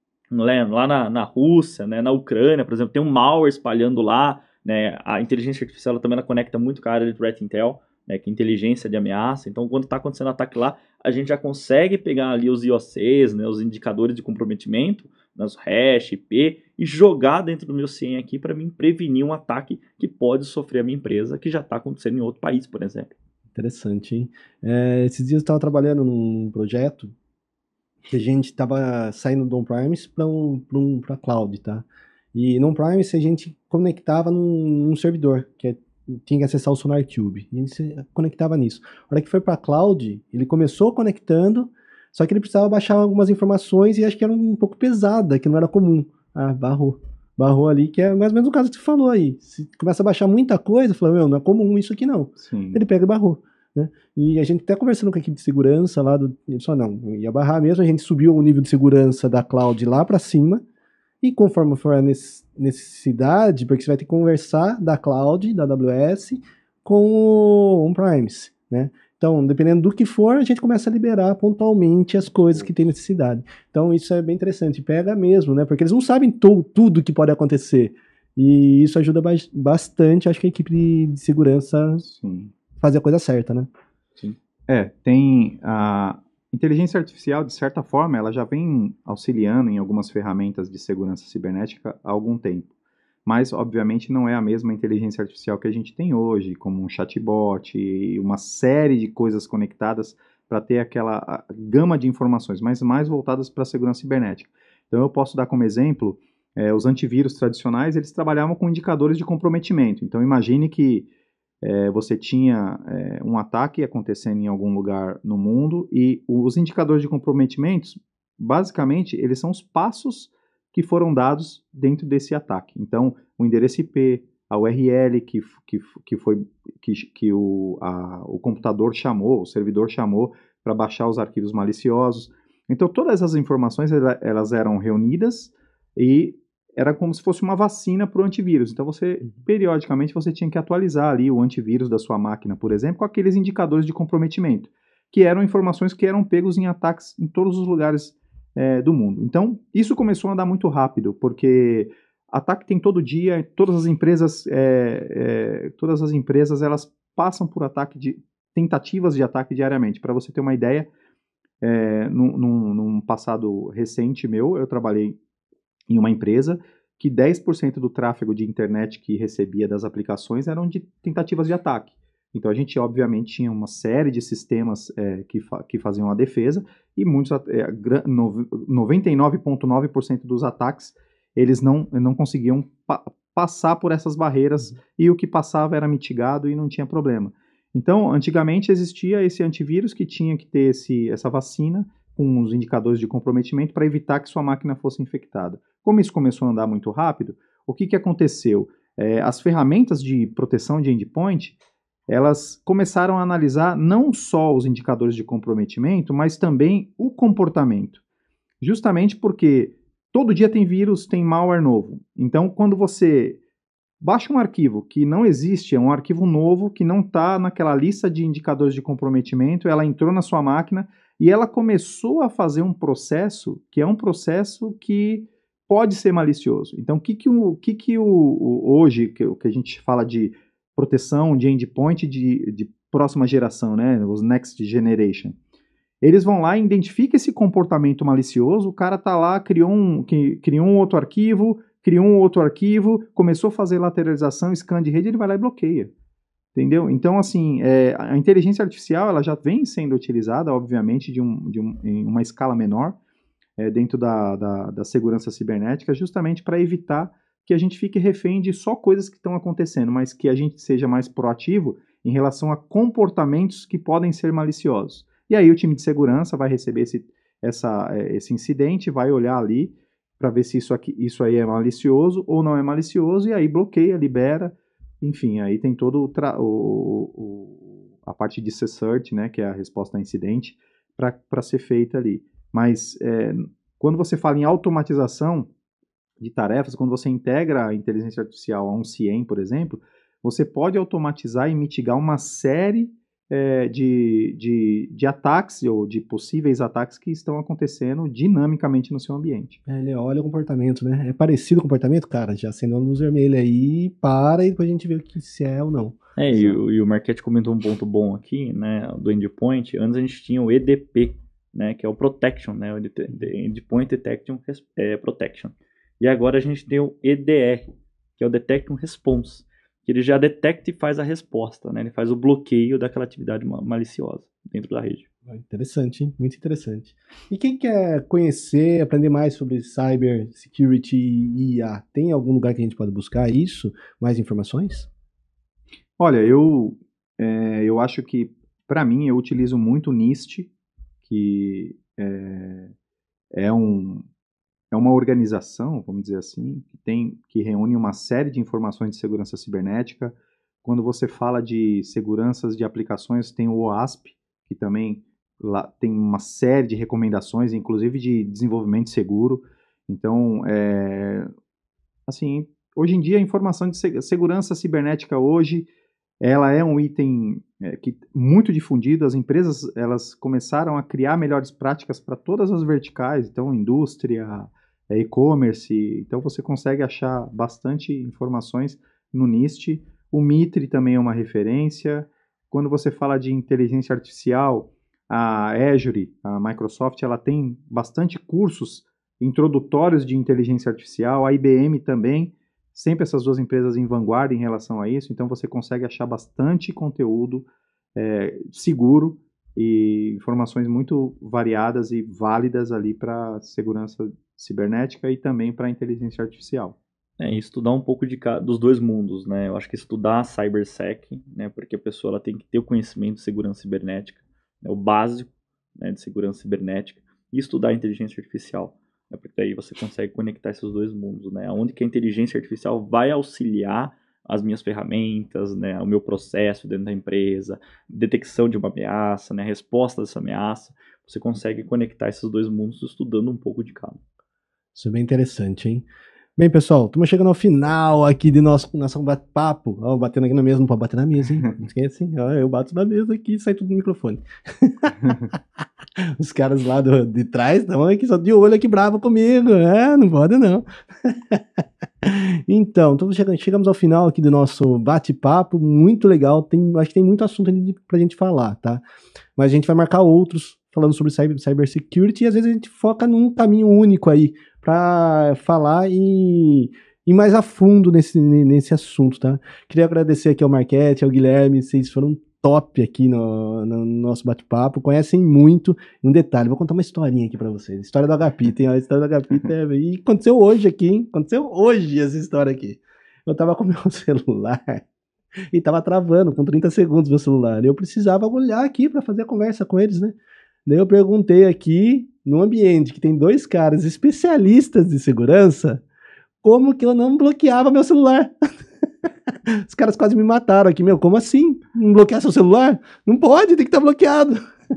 Speaker 2: lá na, na Rússia, né, na Ucrânia, por exemplo, tem um malware espalhando lá, né, a inteligência artificial ela também ela conecta muito com a área de Threat Intel, né, que é inteligência de ameaça. Então, quando está acontecendo um ataque lá, a gente já consegue pegar ali os I O Cs, né, os indicadores de comprometimento, né, os hash, I P, e jogar dentro do meu C I E M aqui para mim prevenir um ataque que pode sofrer a minha empresa, que já está acontecendo em outro país, por exemplo.
Speaker 1: Interessante, hein? É, esses dias eu estava trabalhando num projeto que a gente estava saindo do on-premise para um, um, para cloud, tá? E no on-premise a gente conectava num, num servidor, que é, tinha que acessar o SonarCube. E a gente se conectava nisso. A hora que foi para cloud, ele começou conectando, só que ele precisava baixar algumas informações e acho que era um pouco pesada, que não era comum. Ah, barrou. Barrou ali, que é mais ou menos o caso que você falou aí. Se começa a baixar muita coisa, fala, meu, não é comum isso aqui não.
Speaker 3: Sim.
Speaker 1: Ele pega e barrou. Né? E a gente até conversando com a equipe de segurança lá, do, ele só não, ia barrar mesmo, a gente subiu o nível de segurança da cloud lá para cima, e conforme for a necessidade, porque você vai ter que conversar da cloud, da A W S, com o on-premise, né? Então, dependendo do que for, a gente começa a liberar pontualmente as coisas que tem necessidade. Então, isso é bem interessante, pega mesmo, né? Porque eles não sabem tudo que pode acontecer, e isso ajuda ba bastante, acho que a equipe de, de segurança...
Speaker 3: Sim.
Speaker 1: fazer a coisa certa, né?
Speaker 3: Sim. É, tem a inteligência artificial, de certa forma, ela já vem auxiliando em algumas ferramentas de segurança cibernética há algum tempo. Mas, obviamente, não é a mesma inteligência artificial que a gente tem hoje, como um chatbot e uma série de coisas conectadas para ter aquela gama de informações, mas mais voltadas para a segurança cibernética. Então, eu posso dar como exemplo, é, os antivírus tradicionais, eles trabalhavam com indicadores de comprometimento. Então, imagine que É, você tinha é, um ataque acontecendo em algum lugar no mundo e os indicadores de comprometimentos, basicamente, eles são os passos que foram dados dentro desse ataque. Então, o endereço I P, a U R L que, que, que, foi, que, que o, a, o computador chamou, o servidor chamou para baixar os arquivos maliciosos. Então, todas essas informações elas eram reunidas e era como se fosse uma vacina para o antivírus. Então, você, periodicamente, você tinha que atualizar ali o antivírus da sua máquina, por exemplo, com aqueles indicadores de comprometimento, que eram informações que eram pegos em ataques em todos os lugares é, do mundo. Então, isso começou a andar muito rápido, porque ataque tem todo dia, todas as empresas, é, é, todas as empresas, elas passam por ataque de, tentativas de ataque diariamente. Para você ter uma ideia, é, num, num, num passado recente meu, eu trabalhei em uma empresa que dez por cento do tráfego de internet que recebia das aplicações eram de tentativas de ataque. Então a gente obviamente tinha uma série de sistemas é, que, fa que faziam a defesa e muitos, é, noventa e nove vírgula nove por cento dos ataques eles não, não conseguiam pa passar por essas barreiras e o que passava era mitigado e não tinha problema. Então antigamente existia esse antivírus que tinha que ter esse, essa vacina com os indicadores de comprometimento para evitar que sua máquina fosse infectada. Como isso começou a andar muito rápido, o que, que aconteceu? É, as ferramentas de proteção de endpoint, elas começaram a analisar não só os indicadores de comprometimento, mas também o comportamento. Justamente porque todo dia tem vírus, tem malware novo. Então, quando você baixa um arquivo que não existe, é um arquivo novo que não está naquela lista de indicadores de comprometimento, ela entrou na sua máquina e ela começou a fazer um processo que é um processo que pode ser malicioso. Então, o que, que, o, que, que o, o, hoje, que, que a gente fala de proteção de endpoint de, de próxima geração, né, os Next Generation, eles vão lá e identificam esse comportamento malicioso, o cara tá lá, criou um, criou um outro arquivo, criou um outro arquivo, começou a fazer lateralização, scan de rede, ele vai lá e bloqueia. Entendeu? Então, assim, é, a inteligência artificial ela já vem sendo utilizada, obviamente, de um, de um, em uma escala menor, é, dentro da, da, da segurança cibernética, justamente para evitar que a gente fique refém de só coisas que estão acontecendo, mas que a gente seja mais proativo em relação a comportamentos que podem ser maliciosos. E aí o time de segurança vai receber esse, essa, esse incidente, vai olhar ali para ver se isso, aqui, isso aí é malicioso ou não é malicioso, e aí bloqueia, libera, enfim, aí tem todo o, tra- o, o a parte de search, né, que é a resposta a incidente, para ser feita ali. Mas é, quando você fala em automatização de tarefas, quando você integra a inteligência artificial a um C I E M, por exemplo, você pode automatizar e mitigar uma série É, de, de, de ataques ou de possíveis ataques que estão acontecendo dinamicamente no seu ambiente.
Speaker 1: É, ele olha o comportamento, né? É parecido o comportamento, cara? Já acendeu a luz vermelha aí, para e depois a gente vê o que se é ou não.
Speaker 2: É, e, o- e o Marquete comentou um ponto bom aqui, né, do endpoint. Antes a gente tinha o E D P, né, que é o Protection, né, o Endpoint Detection Res- é, Protection. E agora a gente tem o E D R, que é o Detection Response, que ele já detecta e faz a resposta, né, ele faz o bloqueio daquela atividade ma- maliciosa dentro da rede.
Speaker 1: Ah, interessante, hein? Muito interessante. E quem quer conhecer, aprender mais sobre Cyber Security e I A, tem algum lugar que a gente pode buscar isso? Mais informações?
Speaker 3: Olha, eu, é, eu acho que, para mim, eu utilizo muito o NIST, que é, é, um, é uma organização, vamos dizer assim, que, tem, que reúne uma série de informações de segurança cibernética. Quando você fala de seguranças de aplicações, tem o OASP, que também lá tem uma série de recomendações, inclusive de desenvolvimento seguro. Então, é, assim, hoje em dia a informação de se- segurança cibernética hoje, ela é um item é, que muito difundido. As empresas elas começaram a criar melhores práticas para todas as verticais, então indústria, é, e-commerce. Então você consegue achar bastante informações no NIST. O Mitre também é uma referência. Quando você fala de inteligência artificial, a Azure, a Microsoft, ela tem bastante cursos introdutórios de inteligência artificial, a I B M também, sempre essas duas empresas em vanguarda em relação a isso, então você consegue achar bastante conteúdo é, seguro e informações muito variadas e válidas ali para segurança cibernética e também para inteligência artificial.
Speaker 2: É, e estudar um pouco de ca- dos dois mundos, né? Eu acho que estudar a CyberSec, né? Porque a pessoa ela tem que ter o conhecimento de segurança cibernética, né? O básico, né, de segurança cibernética, e estudar a inteligência artificial, né? Porque daí você consegue conectar esses dois mundos, né? Onde que a inteligência artificial vai auxiliar as minhas ferramentas, né? O meu processo dentro da empresa, detecção de uma ameaça, né? Resposta dessa ameaça. Você consegue conectar esses dois mundos estudando um pouco de cada.
Speaker 1: Isso é bem interessante, hein? Bem, pessoal, estamos chegando ao final aqui de nosso, nosso bate-papo. Ó, batendo aqui na mesa, não pode bater na mesa, hein? Não esquece, hein? Ó, eu bato na mesa aqui e sai tudo no microfone. Os caras lá do, de trás estão aqui só de olho aqui bravo comigo. É, não pode não. Então, então chegamos, chegamos ao final aqui do nosso bate-papo. Muito legal. Tem, acho que tem muito assunto ali pra gente falar, tá? Mas a gente vai marcar outros falando sobre cyber, cybersecurity e às vezes a gente foca num caminho único aí para falar e ir mais a fundo nesse, nesse assunto, tá? Queria agradecer aqui ao Marquete, ao Guilherme, vocês foram top aqui no, no nosso bate-papo, conhecem muito. Um detalhe, vou contar uma historinha aqui para vocês. História do H P, tem a história do H P, é, e aconteceu hoje aqui, hein? Aconteceu hoje essa história aqui. Eu tava com meu celular e tava travando com trinta segundos meu celular. Eu precisava olhar aqui para fazer a conversa com eles, né? Daí eu perguntei aqui, num ambiente que tem dois caras especialistas de segurança, como que eu não bloqueava meu celular. Os caras quase me mataram aqui, meu, como assim? Não bloquear seu celular? Não pode, tem que estar bloqueado.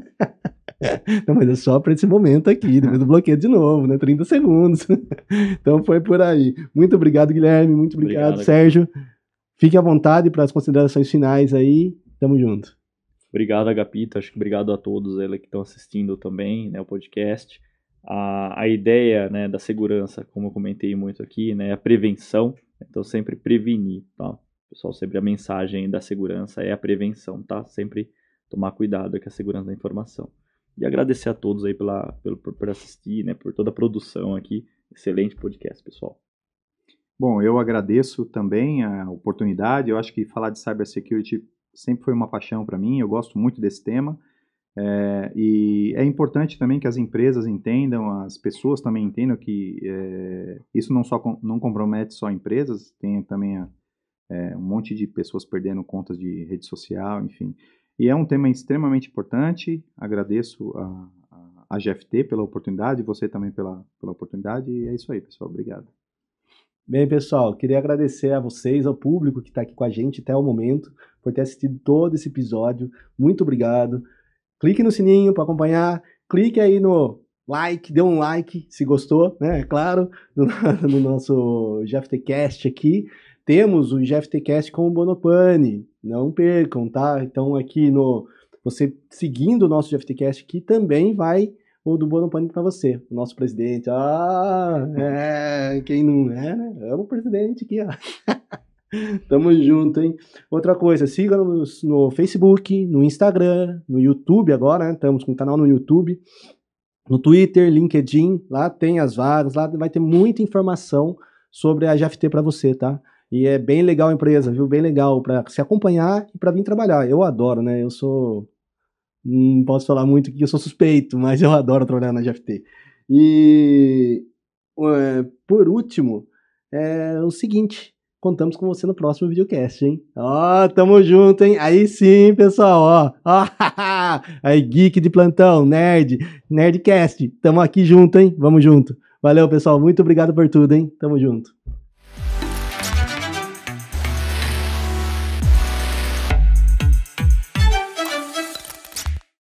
Speaker 1: Não, mas é só para esse momento aqui, depois do bloqueio de novo, né? trinta segundos. Então foi por aí. Muito obrigado, Guilherme, muito obrigado, obrigado Sérgio. Fique à vontade para as considerações finais aí. Tamo junto.
Speaker 2: Obrigado, Agapito. Acho que obrigado a todos aí que estão assistindo também, né, o podcast. A, a ideia, né, da segurança, como eu comentei muito aqui, né, é a prevenção. Então, sempre prevenir, tá? Pessoal, sempre a mensagem da segurança é a prevenção, tá? Sempre tomar cuidado com a segurança da informação. E agradecer a todos aí pela, pelo, por, por assistir, né, por toda a produção aqui. Excelente podcast, pessoal.
Speaker 3: Bom, eu agradeço também a oportunidade. Eu acho que falar de cybersecurity sempre foi uma paixão para mim. Eu gosto muito desse tema. É, e é importante também que as empresas entendam, as pessoas também entendam que é, isso não, só, não compromete só empresas, tem também a, é, um monte de pessoas perdendo contas de rede social, enfim. E é um tema extremamente importante. Agradeço a, a, a G F T pela oportunidade, você também pela, pela oportunidade, e é isso aí, pessoal. Obrigado.
Speaker 1: Bem, pessoal, queria agradecer a vocês, ao público que está aqui com a gente até o momento, por ter assistido todo esse episódio. Muito obrigado. Clique no sininho para acompanhar, clique aí no like, dê um like se gostou, né? É claro, no, no nosso GFTcast aqui. Temos o GFTcast com o Bonopane, não percam, tá? Então aqui no você seguindo o nosso GFTcast aqui também vai o do Bonopane para você, o nosso presidente. Ah, é, quem não é, né? É o presidente aqui, ó. Tamo junto, hein? Outra coisa, siga-nos no Facebook, no Instagram, no YouTube agora, né? Estamos com um canal no YouTube, no Twitter, LinkedIn, lá tem as vagas, lá vai ter muita informação sobre a G F T para você, tá? E é bem legal a empresa, viu? Bem legal para se acompanhar e para vir trabalhar. Eu adoro, né? Eu sou... Não posso falar muito que eu sou suspeito, mas eu adoro trabalhar na G F T. E, por último, é o seguinte... Contamos com você no próximo videocast, hein? Ó, oh, tamo junto, hein? Aí sim, pessoal, ó. Ó, aí, geek de plantão, nerd, nerdcast. Tamo aqui junto, hein? Vamos junto. Valeu, pessoal. Muito obrigado por tudo, hein? Tamo junto.